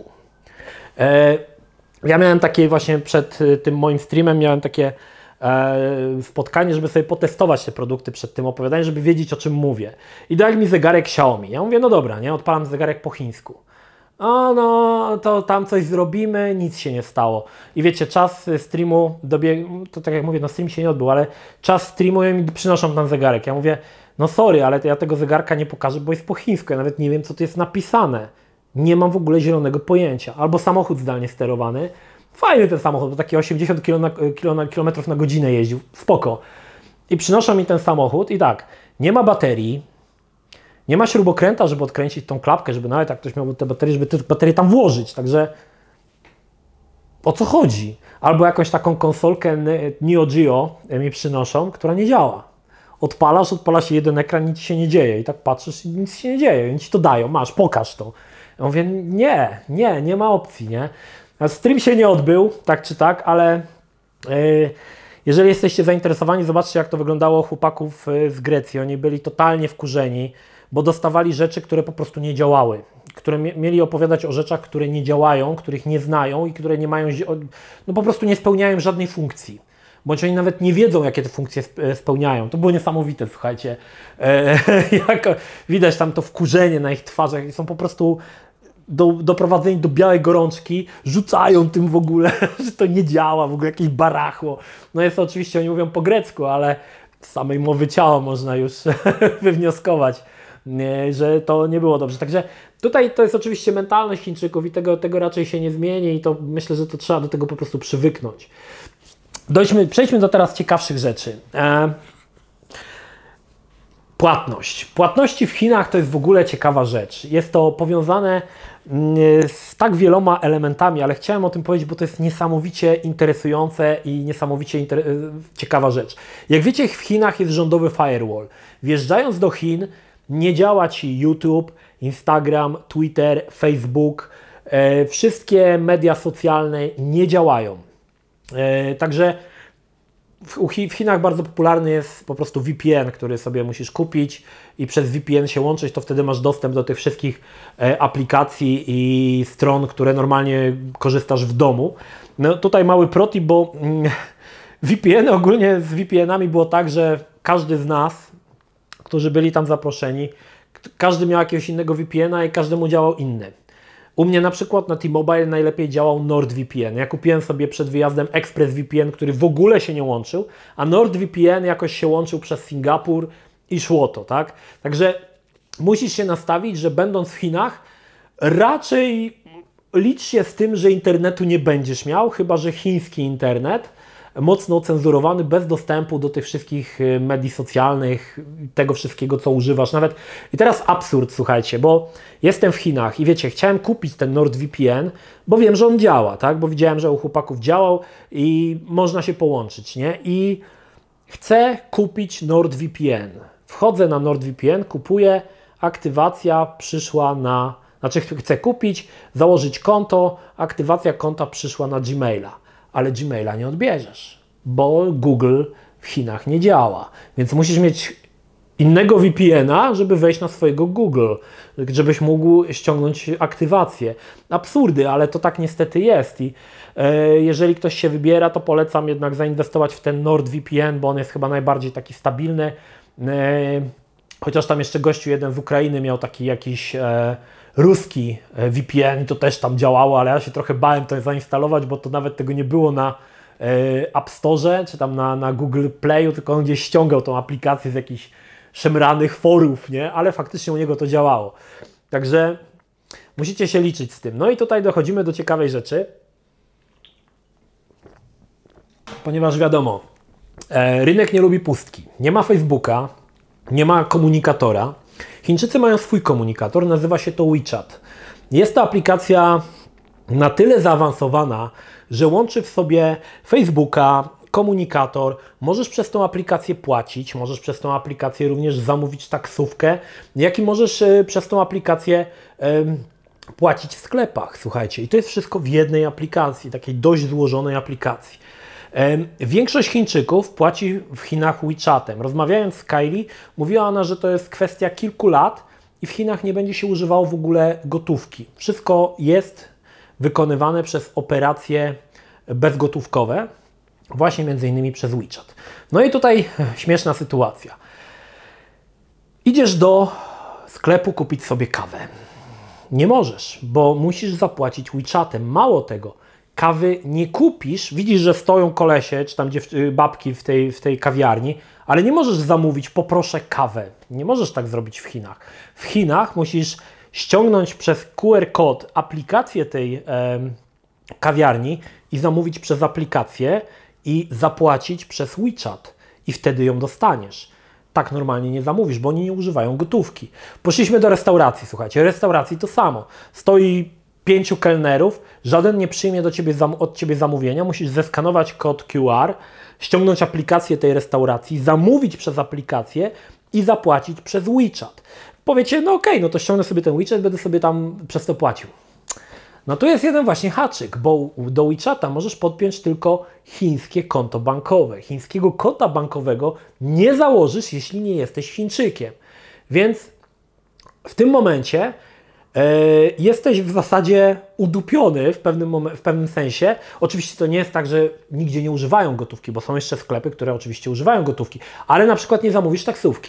Ja miałem takie właśnie przed tym moim streamem, miałem takie spotkanie, żeby sobie potestować te produkty przed tym opowiadaniem, żeby wiedzieć, o czym mówię. I dali mi zegarek Xiaomi. Ja mówię, no dobra, nie, odpalam zegarek po chińsku. O, no, to tam coś zrobimy, nic się nie stało. I wiecie, czas streamu dobiegł, to tak jak mówię, no stream się nie odbył, ale czas streamu i mi przynoszą tam zegarek. Ja mówię, no sorry, ale ja tego zegarka nie pokażę, bo jest po chińsku, ja nawet nie wiem, co tu jest napisane. Nie mam w ogóle zielonego pojęcia. Albo samochód zdalnie sterowany. Fajny ten samochód, bo takie 80 km na godzinę jeździł, spoko. I przynoszą mi ten samochód i tak, nie ma baterii, nie ma śrubokręta, żeby odkręcić tą klapkę, żeby nawet jak ktoś miał te baterie, żeby te baterie tam włożyć, także o co chodzi? Albo jakąś taką konsolkę Neo Geo mi przynoszą, która nie działa. Odpala się jeden ekran, nic się nie dzieje i tak patrzysz i nic się nie dzieje, oni ci to dają, masz, pokaż to. Ja mówię, nie ma opcji, nie? Stream się nie odbył, tak czy tak, ale jeżeli jesteście zainteresowani, zobaczcie, jak to wyglądało u chłopaków z Grecji. Oni byli totalnie wkurzeni, bo dostawali rzeczy, które po prostu nie działały. Które mieli opowiadać o rzeczach, które nie działają, których nie znają i które nie mają, no po prostu nie spełniają żadnej funkcji. Bądź oni nawet nie wiedzą, jakie te funkcje spełniają. To było niesamowite, słuchajcie. Jak widać tam to wkurzenie na ich twarzach i są po prostu doprowadzeni do białej gorączki, rzucają tym w ogóle, że to nie działa, w ogóle jakieś barachło. No jest to oczywiście, oni mówią po grecku, ale z samej mowy ciała można już wywnioskować, że to nie było dobrze. Także tutaj to jest oczywiście mentalność Chińczyków i tego raczej się nie zmieni i to myślę, że to trzeba do tego po prostu przywyknąć. Przejdźmy do teraz ciekawszych rzeczy. Płatność. Płatności w Chinach to jest w ogóle ciekawa rzecz. Jest to powiązane z tak wieloma elementami, ale chciałem o tym powiedzieć, bo to jest niesamowicie interesujące i niesamowicie ciekawa rzecz. Jak wiecie, w Chinach jest rządowy firewall. Wjeżdżając do Chin nie działa Ci YouTube, Instagram, Twitter, Facebook. Wszystkie media socjalne nie działają. Także w Chinach bardzo popularny jest po prostu VPN, który sobie musisz kupić i przez VPN się łączyć, to wtedy masz dostęp do tych wszystkich aplikacji i stron, które normalnie korzystasz w domu. No tutaj mały protip, bo VPN ogólnie z VPN-ami było tak, że każdy z nas, którzy byli tam zaproszeni, każdy miał jakiegoś innego VPN-a i każdemu działał inny. U mnie na przykład na T-Mobile najlepiej działał NordVPN. Ja kupiłem sobie przed wyjazdem ExpressVPN, który w ogóle się nie łączył, a NordVPN jakoś się łączył przez Singapur i szło to, tak? Także musisz się nastawić, że będąc w Chinach raczej licz się z tym, że internetu nie będziesz miał, chyba że chiński internet, mocno cenzurowany, bez dostępu do tych wszystkich medii socjalnych, tego wszystkiego, co używasz. Nawet i teraz absurd, słuchajcie, bo jestem w Chinach i wiecie, chciałem kupić ten NordVPN, bo wiem, że on działa, tak? Bo widziałem, że u chłopaków działał i można się połączyć, nie? I chcę kupić NordVPN. Wchodzę na NordVPN, kupuję, aktywacja przyszła na... Znaczy chcę kupić, założyć konto, aktywacja konta przyszła na Gmaila. Ale Gmaila nie odbierzesz, bo Google w Chinach nie działa. Więc musisz mieć innego VPN-a, żeby wejść na swojego Google, żebyś mógł ściągnąć aktywację. Absurdy, ale to tak niestety jest i jeżeli ktoś się wybiera, to polecam jednak zainwestować w ten NordVPN, bo on jest chyba najbardziej taki stabilny. Chociaż tam jeszcze gościu jeden z Ukrainy miał taki jakiś ruski VPN i to też tam działało, ale ja się trochę bałem to zainstalować, bo to nawet tego nie było na App Store, czy tam na Google Playu, tylko on gdzieś ściągał tą aplikację z jakichś szemranych forów, nie? Ale faktycznie u niego to działało. Także musicie się liczyć z tym. No i tutaj dochodzimy do ciekawej rzeczy. ponieważ wiadomo, rynek nie lubi pustki. Nie ma Facebooka, nie ma komunikatora. Chińczycy mają swój komunikator, nazywa się to WeChat. Jest to aplikacja na tyle zaawansowana, że łączy w sobie Facebooka, komunikator, możesz przez tą aplikację płacić, możesz przez tą aplikację również zamówić taksówkę, jak i możesz przez tą aplikację płacić w sklepach, słuchajcie. I to jest wszystko w jednej aplikacji, takiej dość złożonej aplikacji. Większość Chińczyków płaci w Chinach WeChatem. Rozmawiając z Kylie, mówiła ona, że to jest kwestia kilku lat i w Chinach nie będzie się używało w ogóle gotówki. Wszystko jest wykonywane przez operacje bezgotówkowe, właśnie między innymi przez WeChat. No i tutaj śmieszna sytuacja. Idziesz do sklepu kupić sobie kawę. Nie możesz, bo musisz zapłacić WeChatem. Mało tego, kawy nie kupisz, widzisz, że stoją kolesie, czy tam babki w tej kawiarni, ale nie możesz zamówić, poproszę kawę. Nie możesz tak zrobić w Chinach. W Chinach musisz ściągnąć przez QR kod aplikację tej kawiarni i zamówić przez aplikację i zapłacić przez WeChat i wtedy ją dostaniesz. Tak normalnie nie zamówisz, bo oni nie używają gotówki. Poszliśmy do restauracji, słuchajcie, w restauracji to samo. Stoi 5 kelnerów, żaden nie przyjmie od Ciebie zamówienia, musisz zeskanować kod QR, ściągnąć aplikację tej restauracji, zamówić przez aplikację i zapłacić przez WeChat. Powiecie, no okej, no to ściągnę sobie ten WeChat, będę sobie tam przez to płacił. No tu jest jeden właśnie haczyk, bo do WeChata możesz podpiąć tylko chińskie konto bankowe. Chińskiego konta bankowego nie założysz, jeśli nie jesteś Chińczykiem. Więc w tym momencie jesteś w zasadzie udupiony w pewnym sensie. Oczywiście to nie jest tak, że nigdzie nie używają gotówki, bo są jeszcze sklepy, które oczywiście używają gotówki, ale na przykład nie zamówisz taksówki.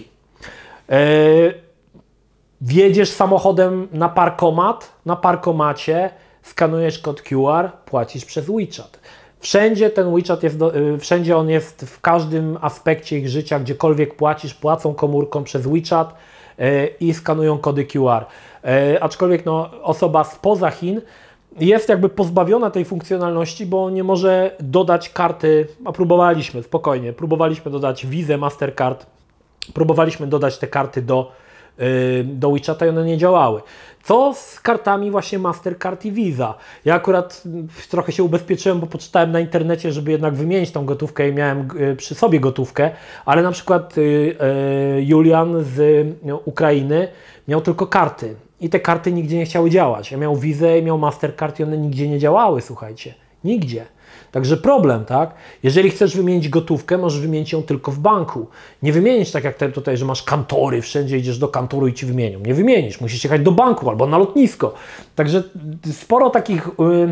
Wjedziesz samochodem na parkomat, na parkomacie skanujesz kod QR, płacisz przez WeChat. Wszędzie ten WeChat jest, wszędzie on jest w każdym aspekcie ich życia, gdziekolwiek płacisz, płacą komórką przez WeChat i skanują kody QR. Aczkolwiek no, osoba spoza Chin jest jakby pozbawiona tej funkcjonalności, bo nie może dodać karty, a próbowaliśmy, spokojnie, próbowaliśmy dodać Visa, Mastercard, próbowaliśmy dodać te karty do WeChata i one nie działały. Co z kartami właśnie Mastercard i Visa? Ja akurat trochę się ubezpieczyłem, bo poczytałem na internecie, żeby jednak wymienić tą gotówkę i miałem przy sobie gotówkę, ale na przykład Julian z Ukrainy miał tylko karty i te karty nigdzie nie chciały działać. Ja miał Visa i miał Mastercard i one nigdzie nie działały, słuchajcie. Nigdzie. Także problem, tak? Jeżeli chcesz wymienić gotówkę, możesz wymienić ją tylko w banku. Nie wymienisz tak jak tutaj, że masz kantory, wszędzie idziesz do kantoru i ci wymienią. Nie wymienisz, musisz jechać do banku albo na lotnisko. Także sporo takich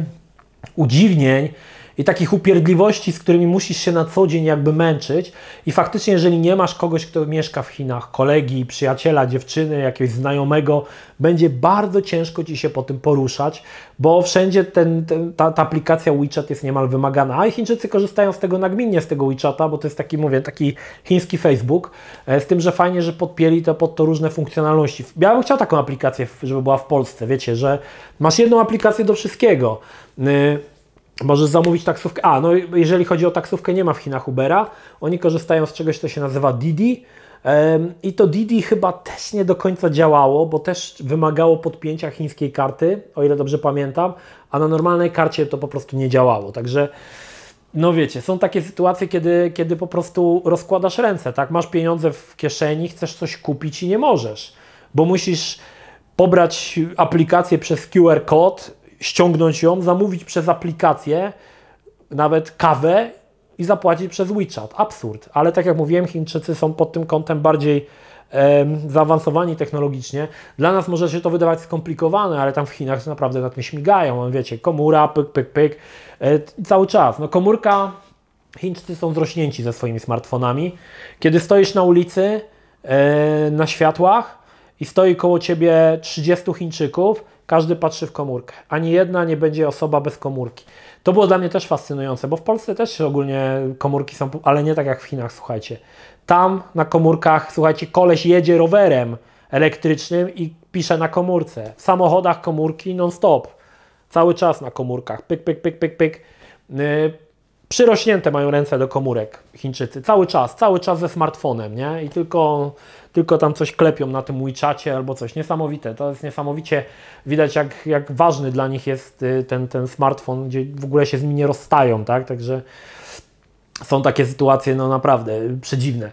udziwnień i takich upierdliwości, z którymi musisz się na co dzień jakby męczyć i faktycznie jeżeli nie masz kogoś, kto mieszka w Chinach, kolegi, przyjaciela, dziewczyny, jakiegoś znajomego, będzie bardzo ciężko Ci się po tym poruszać, bo wszędzie ta aplikacja WeChat jest niemal wymagana, a Chińczycy korzystają z tego nagminnie, z tego WeChata, bo to jest taki, mówię, taki chiński Facebook, z tym, że fajnie, że podpięli pod to różne funkcjonalności. Ja bym chciał taką aplikację, żeby była w Polsce, wiecie, że masz jedną aplikację do wszystkiego. Możesz zamówić taksówkę. No jeżeli chodzi o taksówkę, nie ma w Chinach Ubera. Oni korzystają z czegoś, co się nazywa Didi. I to Didi chyba też nie do końca działało, bo też wymagało podpięcia chińskiej karty, o ile dobrze pamiętam, a na normalnej karcie to po prostu nie działało. Także, no wiecie, są takie sytuacje, kiedy po prostu rozkładasz ręce, tak? Masz pieniądze w kieszeni, chcesz coś kupić i nie możesz, bo musisz pobrać aplikację przez QR kod, ściągnąć ją, zamówić przez aplikację, nawet kawę i zapłacić przez WeChat. Absurd. Ale tak jak mówiłem, Chińczycy są pod tym kątem bardziej zaawansowani technologicznie. Dla nas może się to wydawać skomplikowane, ale tam w Chinach naprawdę na tym śmigają. Wiecie, komóra, pyk, pyk, pyk. Cały czas. No komórka, Chińczycy są zrośnięci ze swoimi smartfonami. Kiedy stoisz na ulicy, na światłach i stoi koło Ciebie 30 Chińczyków, każdy patrzy w komórkę. Ani jedna nie będzie osoba bez komórki. To było dla mnie też fascynujące, bo w Polsce też ogólnie komórki są, ale nie tak jak w Chinach, słuchajcie. Tam na komórkach, słuchajcie, koleś jedzie rowerem elektrycznym i pisze na komórce. W samochodach komórki non-stop. Cały czas na komórkach. Pyk, pyk, pyk, pyk, pyk. przyrośnięte mają ręce do komórek Chińczycy, cały czas ze smartfonem, nie? I tylko tam coś klepią na tym WeChacie albo coś. Niesamowite, to jest niesamowicie widać, jak ważny dla nich jest ten smartfon, gdzie w ogóle się z nim nie rozstają, tak? Także są takie sytuacje, no naprawdę przedziwne.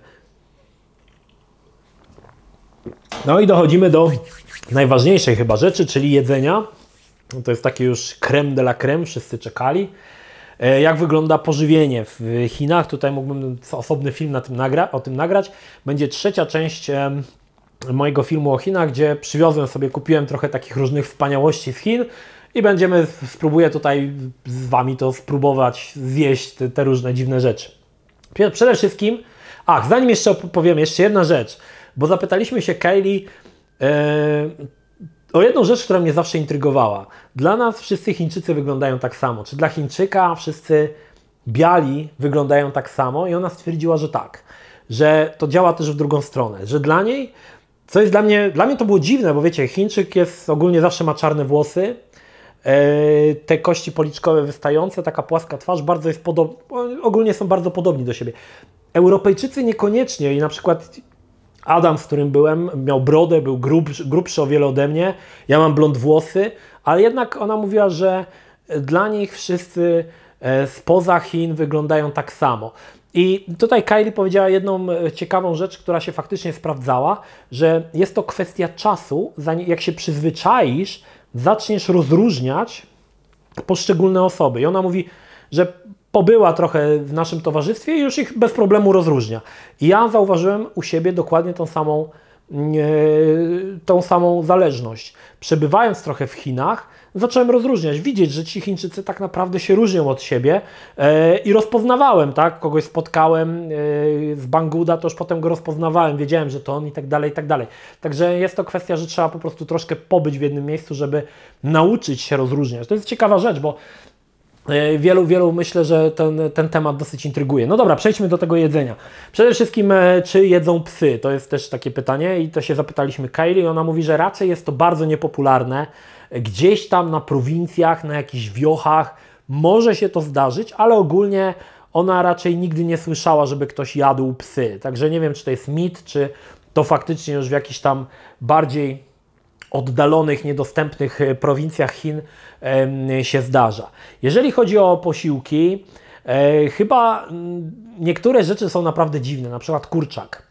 No i dochodzimy do najważniejszej chyba rzeczy, czyli jedzenia. To jest takie już crème de la crème, wszyscy czekali. Jak wygląda pożywienie w Chinach? Tutaj mógłbym osobny film o tym nagrać. Będzie trzecia część mojego filmu o Chinach, gdzie kupiłem trochę takich różnych wspaniałości z Chin i spróbuję tutaj z Wami to spróbować zjeść te różne dziwne rzeczy. Przede wszystkim, zanim jeszcze powiem, jeszcze jedna rzecz, bo zapytaliśmy się Kaylee o jedną rzecz, która mnie zawsze intrygowała. Dla nas wszyscy Chińczycy wyglądają tak samo. Czy dla Chińczyka wszyscy biali wyglądają tak samo? I ona stwierdziła, że tak. Że to działa też w drugą stronę. Że dla niej, co jest dla mnie to było dziwne, bo wiecie, Chińczyk ogólnie zawsze ma czarne włosy, te kości policzkowe wystające, taka płaska twarz, ogólnie są bardzo podobni do siebie. Europejczycy niekoniecznie i na przykład Adam, z którym byłem, miał brodę, był grubszy o wiele ode mnie, ja mam blond włosy, ale jednak ona mówiła, że dla nich wszyscy spoza Chin wyglądają tak samo. I tutaj Kaylee powiedziała jedną ciekawą rzecz, która się faktycznie sprawdzała, że jest to kwestia czasu, jak się przyzwyczaisz, zaczniesz rozróżniać poszczególne osoby. I ona mówi, że pobyła trochę w naszym towarzystwie i już ich bez problemu rozróżnia. I ja zauważyłem u siebie dokładnie tą samą zależność. Przebywając trochę w Chinach, zacząłem rozróżniać, widzieć, że ci Chińczycy tak naprawdę się różnią od siebie i rozpoznawałem, tak? Kogoś spotkałem z Banggoda, to już potem go rozpoznawałem, wiedziałem, że to on i tak dalej, i tak dalej. Także jest to kwestia, że trzeba po prostu troszkę pobyć w jednym miejscu, żeby nauczyć się rozróżniać. To jest ciekawa rzecz, bo wielu myślę, że ten temat dosyć intryguje. No dobra, przejdźmy do tego jedzenia. Przede wszystkim, czy jedzą psy? To jest też takie pytanie i to się zapytaliśmy Kaylee i ona mówi, że raczej jest to bardzo niepopularne. Gdzieś tam na prowincjach, na jakichś wiochach może się to zdarzyć, ale ogólnie ona raczej nigdy nie słyszała, żeby ktoś jadł psy. Także nie wiem, czy to jest mit, czy to faktycznie już w jakichś tam bardziej oddalonych, niedostępnych prowincjach Chin się zdarza. Jeżeli chodzi o posiłki, chyba niektóre rzeczy są naprawdę dziwne, na przykład kurczak.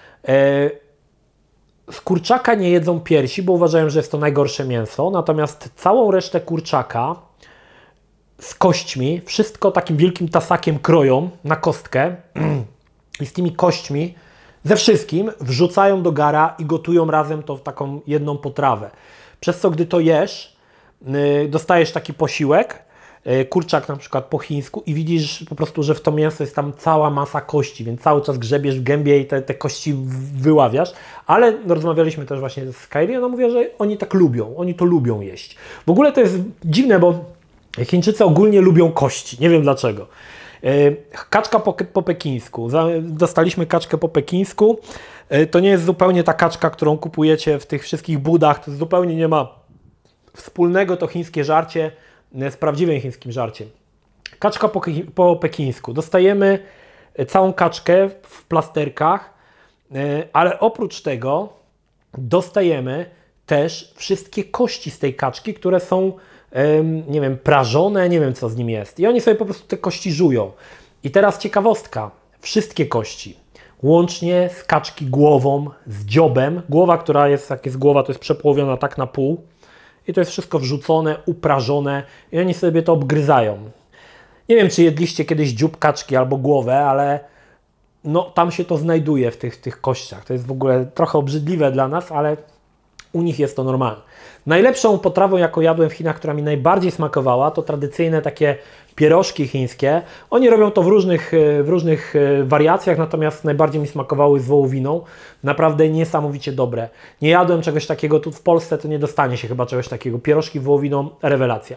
Z kurczaka nie jedzą piersi, bo uważają, że jest to najgorsze mięso, natomiast całą resztę kurczaka z kośćmi, wszystko takim wielkim tasakiem kroją na kostkę i z tymi kośćmi ze wszystkim wrzucają do gara i gotują razem to w taką jedną potrawę. Przez co gdy to jesz, dostajesz taki posiłek, kurczak na przykład po chińsku i widzisz po prostu, że w to mięso jest tam cała masa kości, więc cały czas grzebiesz w gębie i te kości wyławiasz. Ale rozmawialiśmy też właśnie z Kaylee, ona mówiła, że oni tak lubią, oni to lubią jeść. W ogóle to jest dziwne, bo Chińczycy ogólnie lubią kości, nie wiem dlaczego. Kaczka po pekińsku. Dostaliśmy kaczkę po pekińsku. To nie jest zupełnie ta kaczka, którą kupujecie w tych wszystkich budach. To zupełnie nie ma wspólnego to chińskie żarcie z prawdziwym chińskim żarciem. Kaczka po pekińsku. Dostajemy całą kaczkę w plasterkach, ale oprócz tego dostajemy też wszystkie kości z tej kaczki, które są nie wiem, prażone, nie wiem co z nim jest. I oni sobie po prostu te kości żują. I teraz ciekawostka. Wszystkie kości, łącznie z kaczki głową, z dziobem. Głowa, która jest, jak jest głowa, to jest przepołowiona tak na pół. I to jest wszystko wrzucone, uprażone i oni sobie to obgryzają. Nie wiem, czy jedliście kiedyś dziób kaczki albo głowę, ale no, tam się to znajduje w tych kościach. To jest w ogóle trochę obrzydliwe dla nas, ale u nich jest to normalne. Najlepszą potrawą, jaką jadłem w Chinach, która mi najbardziej smakowała, to tradycyjne takie pierożki chińskie. Oni robią to w różnych wariacjach, natomiast najbardziej mi smakowały z wołowiną. Naprawdę niesamowicie dobre. Nie jadłem czegoś takiego tu w Polsce, to nie dostanie się chyba czegoś takiego. Pierożki z wołowiną, rewelacja.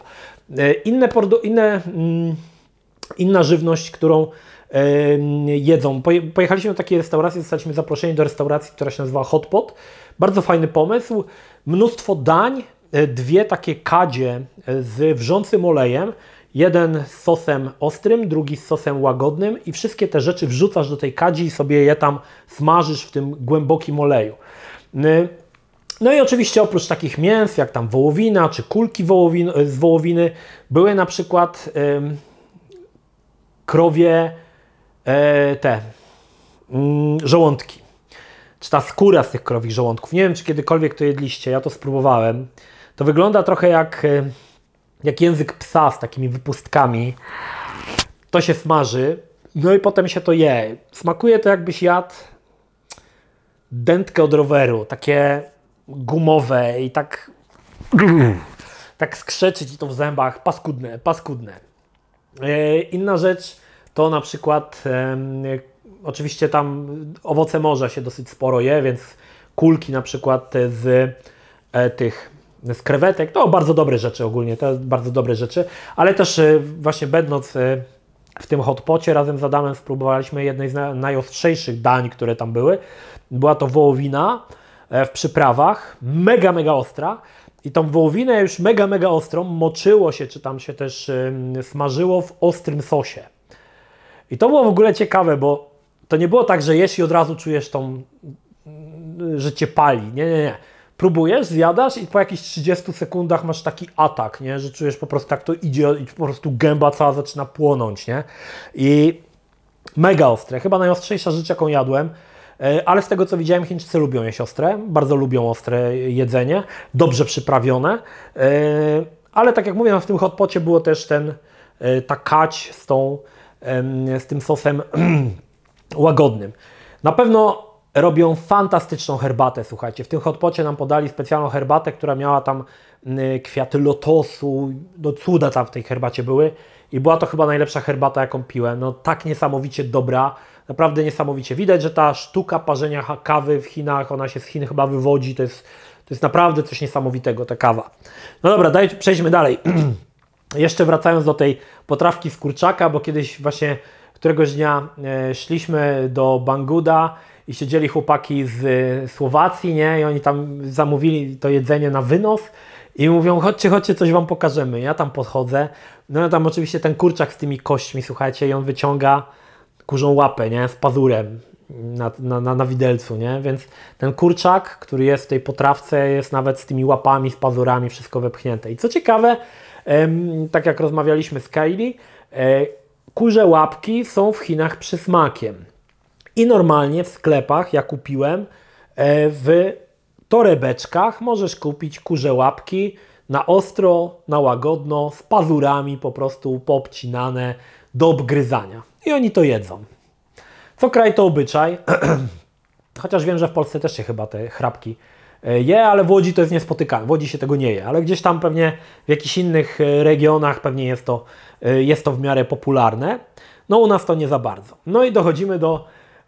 Inna żywność, którą jedzą. Pojechaliśmy do takiej restauracji, zostaliśmy zaproszeni do restauracji, która się nazywa Hot Pot. Bardzo fajny pomysł. Mnóstwo dań, 2 takie kadzie z wrzącym olejem. Jeden z sosem ostrym, drugi z sosem łagodnym i wszystkie te rzeczy wrzucasz do tej kadzi i sobie je tam smażysz w tym głębokim oleju. No i oczywiście oprócz takich mięs, jak tam wołowina, czy kulki z wołowiny, były na przykład krowie żołądki. Czy ta skóra z tych krowich żołądków. Nie wiem, czy kiedykolwiek to jedliście, ja to spróbowałem. To wygląda trochę jak język psa z takimi wypustkami. To się smaży, no i potem się to je. Smakuje to, jakbyś jadł dętkę od roweru, takie gumowe i tak skrzeczy ci to w zębach, paskudne. Inna rzecz to na przykład, oczywiście tam owoce morza się dosyć sporo je, więc kulki na przykład z krewetek, to bardzo dobre rzeczy ogólnie, to bardzo dobre rzeczy, ale też właśnie będąc w tym hotpocie razem z Adamem spróbowaliśmy jednej z najostrzejszych dań, które tam były. Była to wołowina w przyprawach, mega ostra i tą wołowinę już mega ostrą moczyło się, czy tam się też smażyło w ostrym sosie. I to było w ogóle ciekawe, bo to nie było tak, że jesz i od razu czujesz że cię pali. Nie. Próbujesz, zjadasz i po jakichś 30 sekundach masz taki atak, nie? Że czujesz po prostu, tak to idzie i po prostu gęba cała zaczyna płonąć, nie? I mega ostre, chyba najostrzejsza rzecz, jaką jadłem, ale z tego co widziałem, Chińczycy lubią jeść ostre, bardzo lubią ostre jedzenie, dobrze przyprawione, ale tak jak mówię, w tym hotpocie było też ta kać z tym sosem łagodnym. Na pewno robią fantastyczną herbatę, słuchajcie. W tym hotpocie nam podali specjalną herbatę, która miała tam kwiaty lotosu, no cuda tam w tej herbacie były i była to chyba najlepsza herbata, jaką piłem. No tak niesamowicie dobra, naprawdę niesamowicie. Widać, że ta sztuka parzenia kawy w Chinach, ona się z Chin chyba wywodzi, to jest naprawdę coś niesamowitego, ta kawa. No dobra, przejdźmy dalej. Jeszcze wracając do tej potrawki z kurczaka, bo kiedyś właśnie któregoś dnia szliśmy do Banguda i siedzieli chłopaki z Słowacji, nie? I oni tam zamówili to jedzenie na wynos i mówią, chodźcie, coś wam pokażemy. Ja tam podchodzę, no tam oczywiście ten kurczak z tymi kośćmi, słuchajcie, i on wyciąga kurzą łapę, nie? Z pazurem na widelcu, nie? Więc ten kurczak, który jest w tej potrawce, jest nawet z tymi łapami, z pazurami, wszystko wepchnięte. I co ciekawe, tak jak rozmawialiśmy z Kylie, kurze łapki są w Chinach przysmakiem. I normalnie w sklepach, ja kupiłem, w torebeczkach możesz kupić kurze łapki na ostro, na łagodno, z pazurami po prostu poobcinane do obgryzania. I oni to jedzą. Co kraj to obyczaj, chociaż wiem, że w Polsce też się chyba te chrapki je, ale w Łodzi to jest niespotykane. W Łodzi się tego nie je, ale gdzieś tam pewnie w jakichś innych regionach pewnie jest to w miarę popularne. No u nas to nie za bardzo. No i dochodzimy do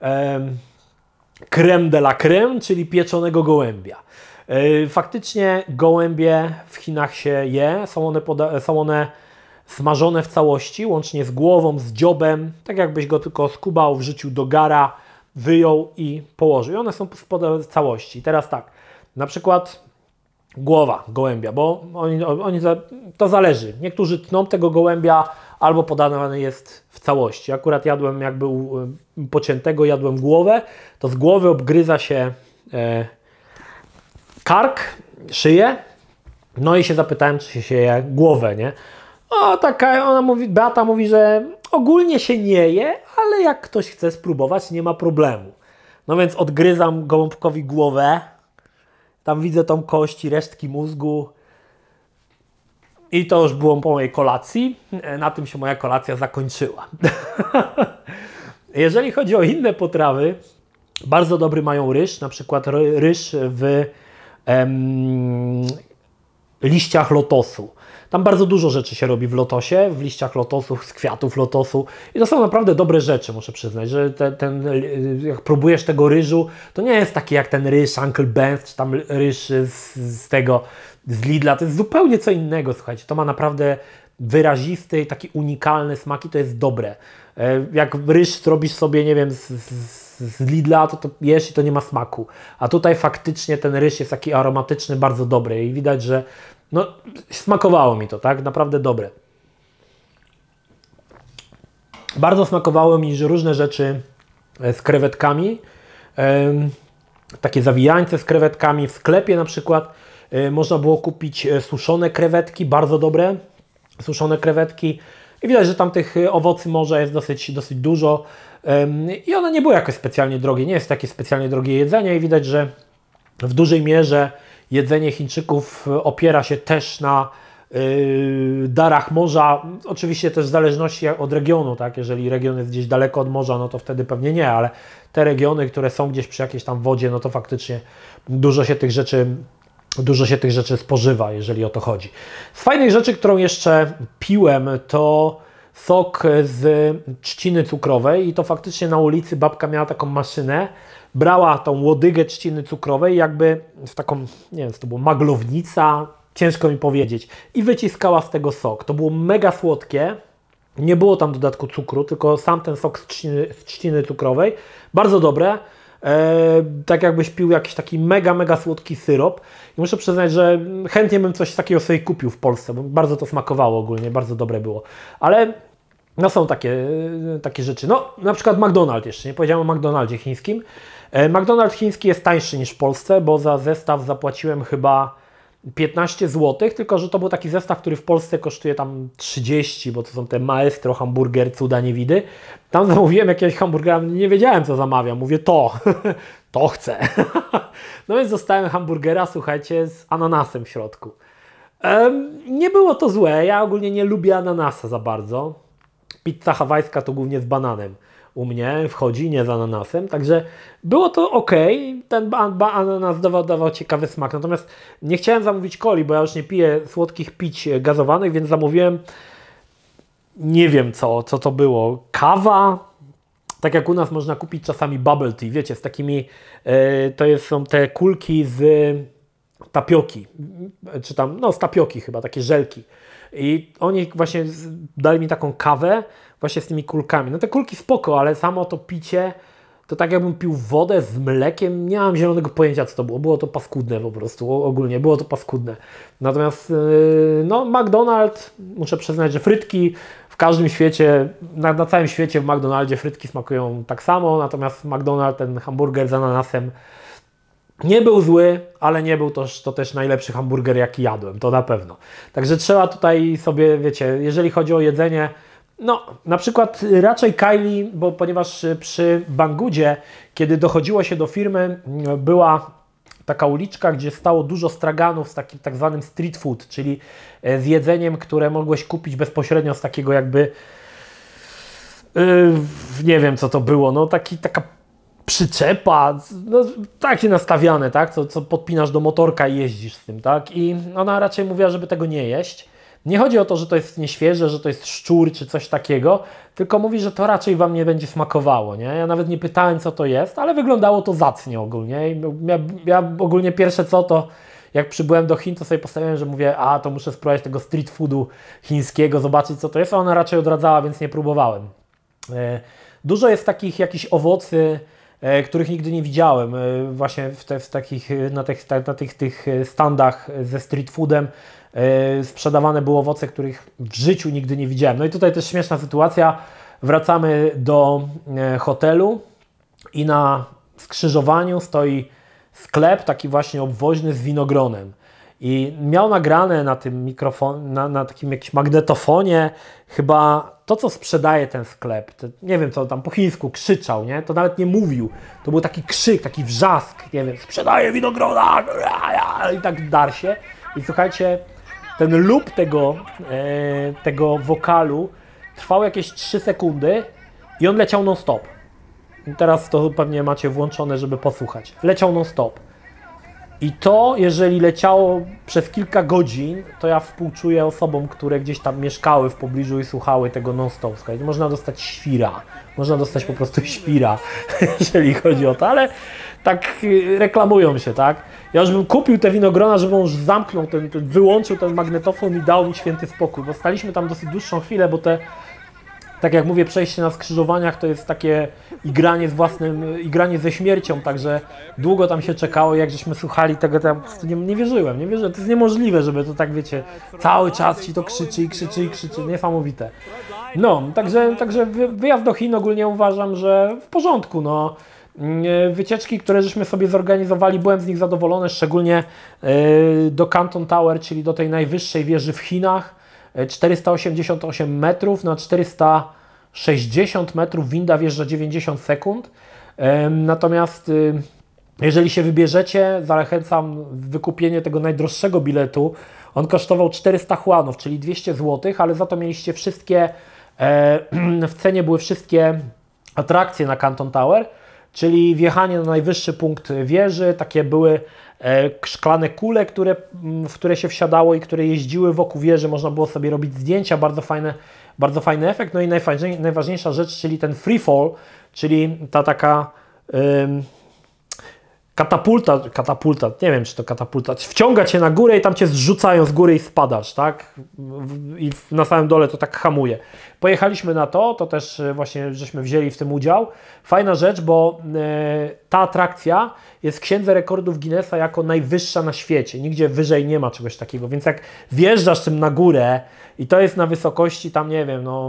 crème de la crème, czyli pieczonego gołębia. Faktycznie gołębie w Chinach się je, są one smażone w całości, łącznie z głową, z dziobem, tak jakbyś go tylko skubał, wrzucił do gara, wyjął i położył. I one są w całości. Teraz tak, na przykład głowa gołębia, bo to zależy. Niektórzy tną tego gołębia, albo podany jest w całości. Akurat jadłem, jak był pociętego, jadłem głowę, to z głowy obgryza się kark, szyję, no i się zapytałem, czy się je głowę, nie? Beata mówi, że ogólnie się nie je, ale jak ktoś chce spróbować, nie ma problemu. No więc odgryzam gołąbkowi głowę, tam widzę tą kość i resztki mózgu i to już było po mojej kolacji. Na tym się moja kolacja zakończyła. Jeżeli chodzi o inne potrawy, bardzo dobry mają ryż, na przykład ryż w liściach lotosu. Tam bardzo dużo rzeczy się robi w lotosie, w liściach lotosu, z kwiatów lotosu i to są naprawdę dobre rzeczy, muszę przyznać, że jak próbujesz tego ryżu, to nie jest taki jak ten ryż Uncle Ben's, czy tam ryż z Lidla, to jest zupełnie co innego, słuchajcie, to ma naprawdę wyrazisty i taki unikalny smak i to jest dobre. Jak ryż zrobisz sobie, nie wiem, z Lidla, to jesz i to nie ma smaku, a tutaj faktycznie ten ryż jest taki aromatyczny, bardzo dobry i widać, że no, smakowało mi to, tak? Naprawdę dobre. Bardzo smakowało mi, że różne rzeczy z krewetkami, takie zawijańce z krewetkami, w sklepie na przykład można było kupić suszone krewetki, bardzo dobre suszone krewetki i widać, że tam tych owocy morza jest dosyć dużo i one nie były jakoś specjalnie drogie, nie jest takie specjalnie drogie jedzenie i widać, że w dużej mierze jedzenie Chińczyków opiera się też na darach morza, oczywiście też w zależności od regionu, tak? Jeżeli region jest gdzieś daleko od morza, no to wtedy pewnie nie, ale te regiony, które są gdzieś przy jakiejś tam wodzie, no to faktycznie dużo się tych rzeczy spożywa, jeżeli o to chodzi. Z fajnych rzeczy, którą jeszcze piłem, to sok z trzciny cukrowej i to faktycznie na ulicy babka miała taką maszynę, brała tą łodygę trzciny cukrowej jakby w taką, nie wiem, to była maglownica, ciężko mi powiedzieć, i wyciskała z tego sok. To było mega słodkie, nie było tam dodatku cukru, tylko sam ten sok z trzciny cukrowej, bardzo dobre. Tak jakbyś pił jakiś taki mega słodki syrop i muszę przyznać, że chętnie bym coś takiego sobie kupił w Polsce, bo bardzo to smakowało ogólnie, bardzo dobre było, ale no są takie rzeczy, no na przykład McDonald's jeszcze, nie powiedziałem o McDonaldzie chińskim. McDonald's chiński jest tańszy niż w Polsce, bo za zestaw zapłaciłem chyba 15 zł, tylko że to był taki zestaw, który w Polsce kosztuje tam 30, bo to są te maestro hamburger, cuda niewidy. Tam zamówiłem jakiegoś hamburgera, nie wiedziałem co zamawiam, mówię to chcę. No więc dostałem hamburgera, słuchajcie, z ananasem w środku. Nie było to złe, ja ogólnie nie lubię ananasa za bardzo. Pizza hawajska to głównie z bananem u mnie wchodzi, nie z ananasem, także było to ok, ten ananas dawał ciekawy smak, natomiast nie chciałem zamówić coli, bo ja już nie piję słodkich pić gazowanych, więc zamówiłem, nie wiem co to było, kawa, tak jak u nas można kupić czasami bubble tea, wiecie, z takimi, są te kulki z tapioki, czy tam, no z tapioki chyba, takie żelki. I oni właśnie dali mi taką kawę właśnie z tymi kulkami. No te kulki spoko, ale samo to picie, to tak jakbym pił wodę z mlekiem, nie mam zielonego pojęcia co to było. Było to paskudne po prostu, ogólnie było to paskudne. Natomiast no McDonald's, muszę przyznać, że frytki w każdym świecie, na całym świecie w McDonaldzie frytki smakują tak samo, natomiast McDonald's, ten hamburger z ananasem nie był zły, ale nie był to też najlepszy hamburger, jaki jadłem, to na pewno. Także trzeba tutaj sobie, wiecie, jeżeli chodzi o jedzenie, no na przykład raczej Kylie, bo ponieważ przy Bangudzie, kiedy dochodziło się do firmy, była taka uliczka, gdzie stało dużo straganów z takim tak zwanym street food, czyli z jedzeniem, które mogłeś kupić bezpośrednio z takiego jakby, nie wiem co to było, no taka przyczepa, no takie nastawiane, tak, co podpinasz do motorka i jeździsz z tym, tak, i ona raczej mówiła, żeby tego nie jeść. Nie chodzi o to, że to jest nieświeże, że to jest szczur czy coś takiego, tylko mówi, że to raczej Wam nie będzie smakowało, nie? Ja nawet nie pytałem, co to jest, ale wyglądało to zacnie ogólnie. I ja ogólnie pierwsze co to, jak przybyłem do Chin, to sobie postawiłem, że mówię, to muszę spróbować tego street foodu chińskiego, zobaczyć co to jest, a ona raczej odradzała, więc nie próbowałem. Dużo jest takich jakichś owocy, których nigdy nie widziałem, właśnie na tych standach ze street foodem sprzedawane były owoce, których w życiu nigdy nie widziałem. No i tutaj też śmieszna sytuacja, wracamy do hotelu i na skrzyżowaniu stoi sklep taki właśnie obwoźny z winogronem. I miał nagrane na tym mikrofonie, na takim jakimś magnetofonie chyba to, co sprzedaje ten sklep. Nie wiem, co tam po chińsku krzyczał, nie? To nawet nie mówił. To był taki krzyk, taki wrzask, nie wiem, sprzedaje winogrona i tak dar się. I słuchajcie, ten loop tego wokalu trwał jakieś 3 sekundy i on leciał non-stop. I teraz to pewnie macie włączone, żeby posłuchać. Leciał non-stop. I to, jeżeli leciało przez kilka godzin, to ja współczuję osobom, które gdzieś tam mieszkały w pobliżu i słuchały tego non-stop. Słuchajcie, można dostać świra. Można dostać po prostu świra, jeżeli chodzi o to, ale tak reklamują się, tak? Ja już bym kupił te winogrona, żeby on już zamknął, wyłączył ten magnetofon i dał mi święty spokój, bo staliśmy tam dosyć dłuższą chwilę, bo tak jak mówię, przejście na skrzyżowaniach to jest takie igranie ze śmiercią, także długo tam się czekało, jak żeśmy słuchali tego, to ja po prostu nie wierzyłem, to jest niemożliwe, żeby to tak, wiecie, cały czas ci to krzyczy i krzyczy i krzyczy, niesamowite. No, także wyjazd do Chin ogólnie uważam, że w porządku, no. Wycieczki, które żeśmy sobie zorganizowali, byłem z nich zadowolony, szczególnie do Canton Tower, czyli do tej najwyższej wieży w Chinach, 488 metrów na 460 metrów, winda wjeżdża 90 sekund. Natomiast jeżeli się wybierzecie, zachęcam wykupienie tego najdroższego biletu. On kosztował 400 juanów, czyli 200 zł, ale za to mieliście wszystkie, w cenie były wszystkie atrakcje na Canton Tower, czyli wjechanie na najwyższy punkt wieży, takie były szklane kule, w które się wsiadało i które jeździły wokół wieży, można było sobie robić zdjęcia, bardzo fajny efekt. No i najważniejsza rzecz, czyli ten free fall, czyli ta taka katapulta, nie wiem czy to katapulta, wciąga Cię na górę i tam Cię zrzucają z góry i spadasz, tak? I na samym dole to tak hamuje. Pojechaliśmy na to też właśnie żeśmy wzięli w tym udział. Fajna rzecz, bo ta atrakcja jest w Księdze Rekordów Guinnessa jako najwyższa na świecie. Nigdzie wyżej nie ma czegoś takiego, więc jak wjeżdżasz tym na górę i to jest na wysokości tam, nie wiem, no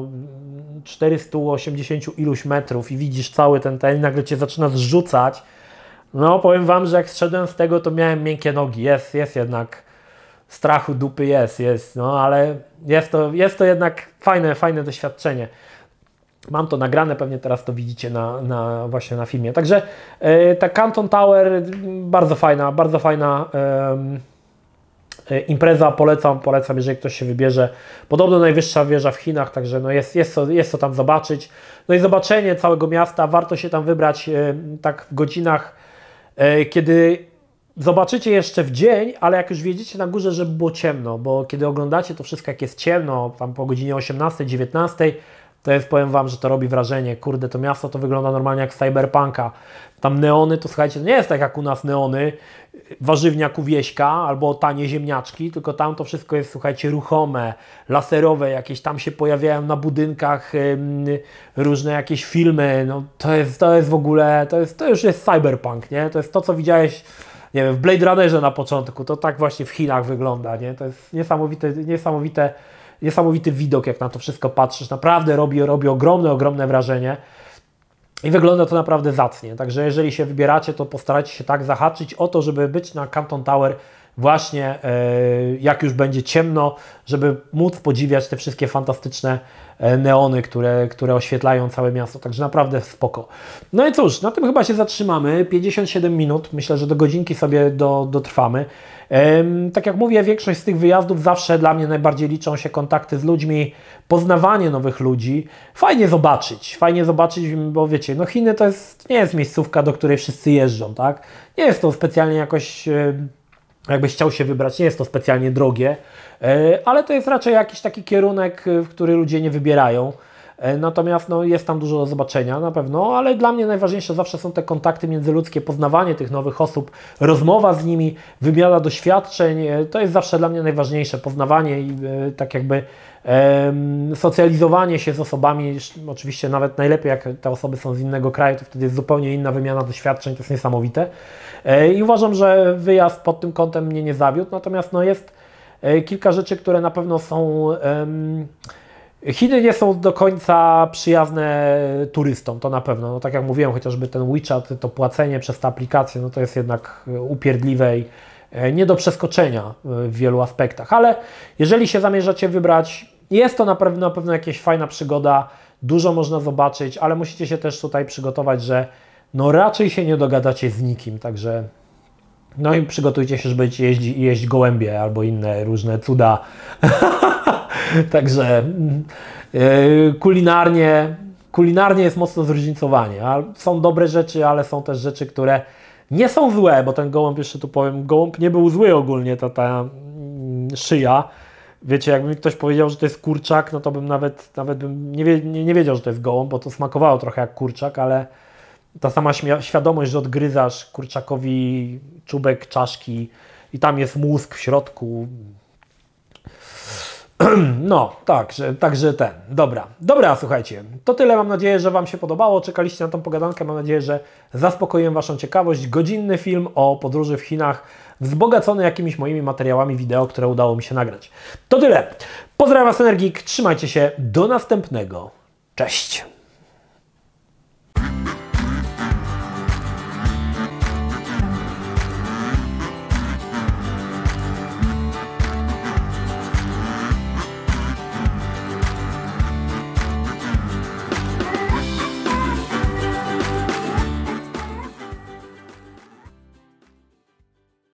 480 iluś metrów i widzisz cały ten nagle Cię zaczyna zrzucać. No, powiem Wam, że jak zszedłem z tego, to miałem miękkie nogi. Jest jednak strachu dupy, jest, no, ale jest to jednak fajne doświadczenie. Mam to nagrane, pewnie teraz to widzicie właśnie na filmie. Także ta Canton Tower, bardzo fajna impreza, polecam, jeżeli ktoś się wybierze. Podobno najwyższa wieża w Chinach, także no jest co tam zobaczyć. No i zobaczenie całego miasta, warto się tam wybrać tak w godzinach, kiedy zobaczycie jeszcze w dzień, ale jak już wjedziecie na górze, żeby było ciemno, bo kiedy oglądacie to wszystko, jak jest ciemno, tam po godzinie 18, 19, to jest, powiem Wam, że to robi wrażenie. Kurde, to miasto to wygląda normalnie jak z Cyberpunka. Tam neony, to słuchajcie, to nie jest tak jak u nas neony, warzywniaku wieśka albo tanie ziemniaczki, tylko tam to wszystko jest, słuchajcie, ruchome, laserowe, jakieś tam się pojawiają na budynkach różne jakieś filmy. No, to jest w ogóle, to już jest cyberpunk, nie? To jest to, co widziałeś, nie wiem, w Blade Runnerze na początku, to tak właśnie w Chinach wygląda, nie? To jest niesamowity widok, jak na to wszystko patrzysz. Naprawdę robi ogromne wrażenie. I wygląda to naprawdę zacnie. Także jeżeli się wybieracie, to postarajcie się tak zahaczyć o to, żeby być na Canton Tower właśnie jak już będzie ciemno, żeby móc podziwiać te wszystkie fantastyczne neony, które oświetlają całe miasto. Także naprawdę spoko. No i cóż, na tym chyba się zatrzymamy. 57 minut. Myślę, że do godzinki sobie dotrwamy. Tak jak mówię, większość z tych wyjazdów zawsze dla mnie najbardziej liczą się kontakty z ludźmi, poznawanie nowych ludzi. Fajnie zobaczyć, bo wiecie, no Chiny to nie jest miejscówka, do której wszyscy jeżdżą, tak? Nie jest to specjalnie jakoś, jakbyś chciał się wybrać, nie jest to specjalnie drogie, ale to jest raczej jakiś taki kierunek, w który ludzie nie wybierają. Natomiast no, jest tam dużo do zobaczenia na pewno, ale dla mnie najważniejsze zawsze są te kontakty międzyludzkie, poznawanie tych nowych osób, rozmowa z nimi, wymiana doświadczeń, to jest zawsze dla mnie najważniejsze, poznawanie i tak jakby socjalizowanie się z osobami, oczywiście nawet najlepiej jak te osoby są z innego kraju, to wtedy jest zupełnie inna wymiana doświadczeń, to jest niesamowite i uważam, że wyjazd pod tym kątem mnie nie zawiódł, natomiast no, jest kilka rzeczy, które na pewno są... Chiny nie są do końca przyjazne turystom, to na pewno. No, tak jak mówiłem, chociażby ten WeChat, to płacenie przez tę aplikację, no to jest jednak upierdliwe i nie do przeskoczenia w wielu aspektach. Ale jeżeli się zamierzacie wybrać, jest to na pewno jakaś fajna przygoda, dużo można zobaczyć, ale musicie się też tutaj przygotować, że no raczej się nie dogadacie z nikim, także no i przygotujcie się, żeby jeść gołębie albo inne różne cuda. Także kulinarnie jest mocno zróżnicowanie. Są dobre rzeczy, ale są też rzeczy, które nie są złe, bo ten gołąb, jeszcze tu powiem, gołąb nie był zły ogólnie, ta szyja. Wiecie, jakby mi ktoś powiedział, że to jest kurczak, no to bym nawet bym nie wiedział, że to jest gołąb, bo to smakowało trochę jak kurczak, ale ta sama świadomość, że odgryzasz kurczakowi czubek czaszki i tam jest mózg w środku. No, także ten. Dobra, słuchajcie. To tyle. Mam nadzieję, że Wam się podobało. Czekaliście na tą pogadankę. Mam nadzieję, że zaspokoiłem Waszą ciekawość. Godzinny film o podróży w Chinach, wzbogacony jakimiś moimi materiałami wideo, które udało mi się nagrać. To tyle. Pozdrawiam Was, Energik. Trzymajcie się. Do następnego. Cześć.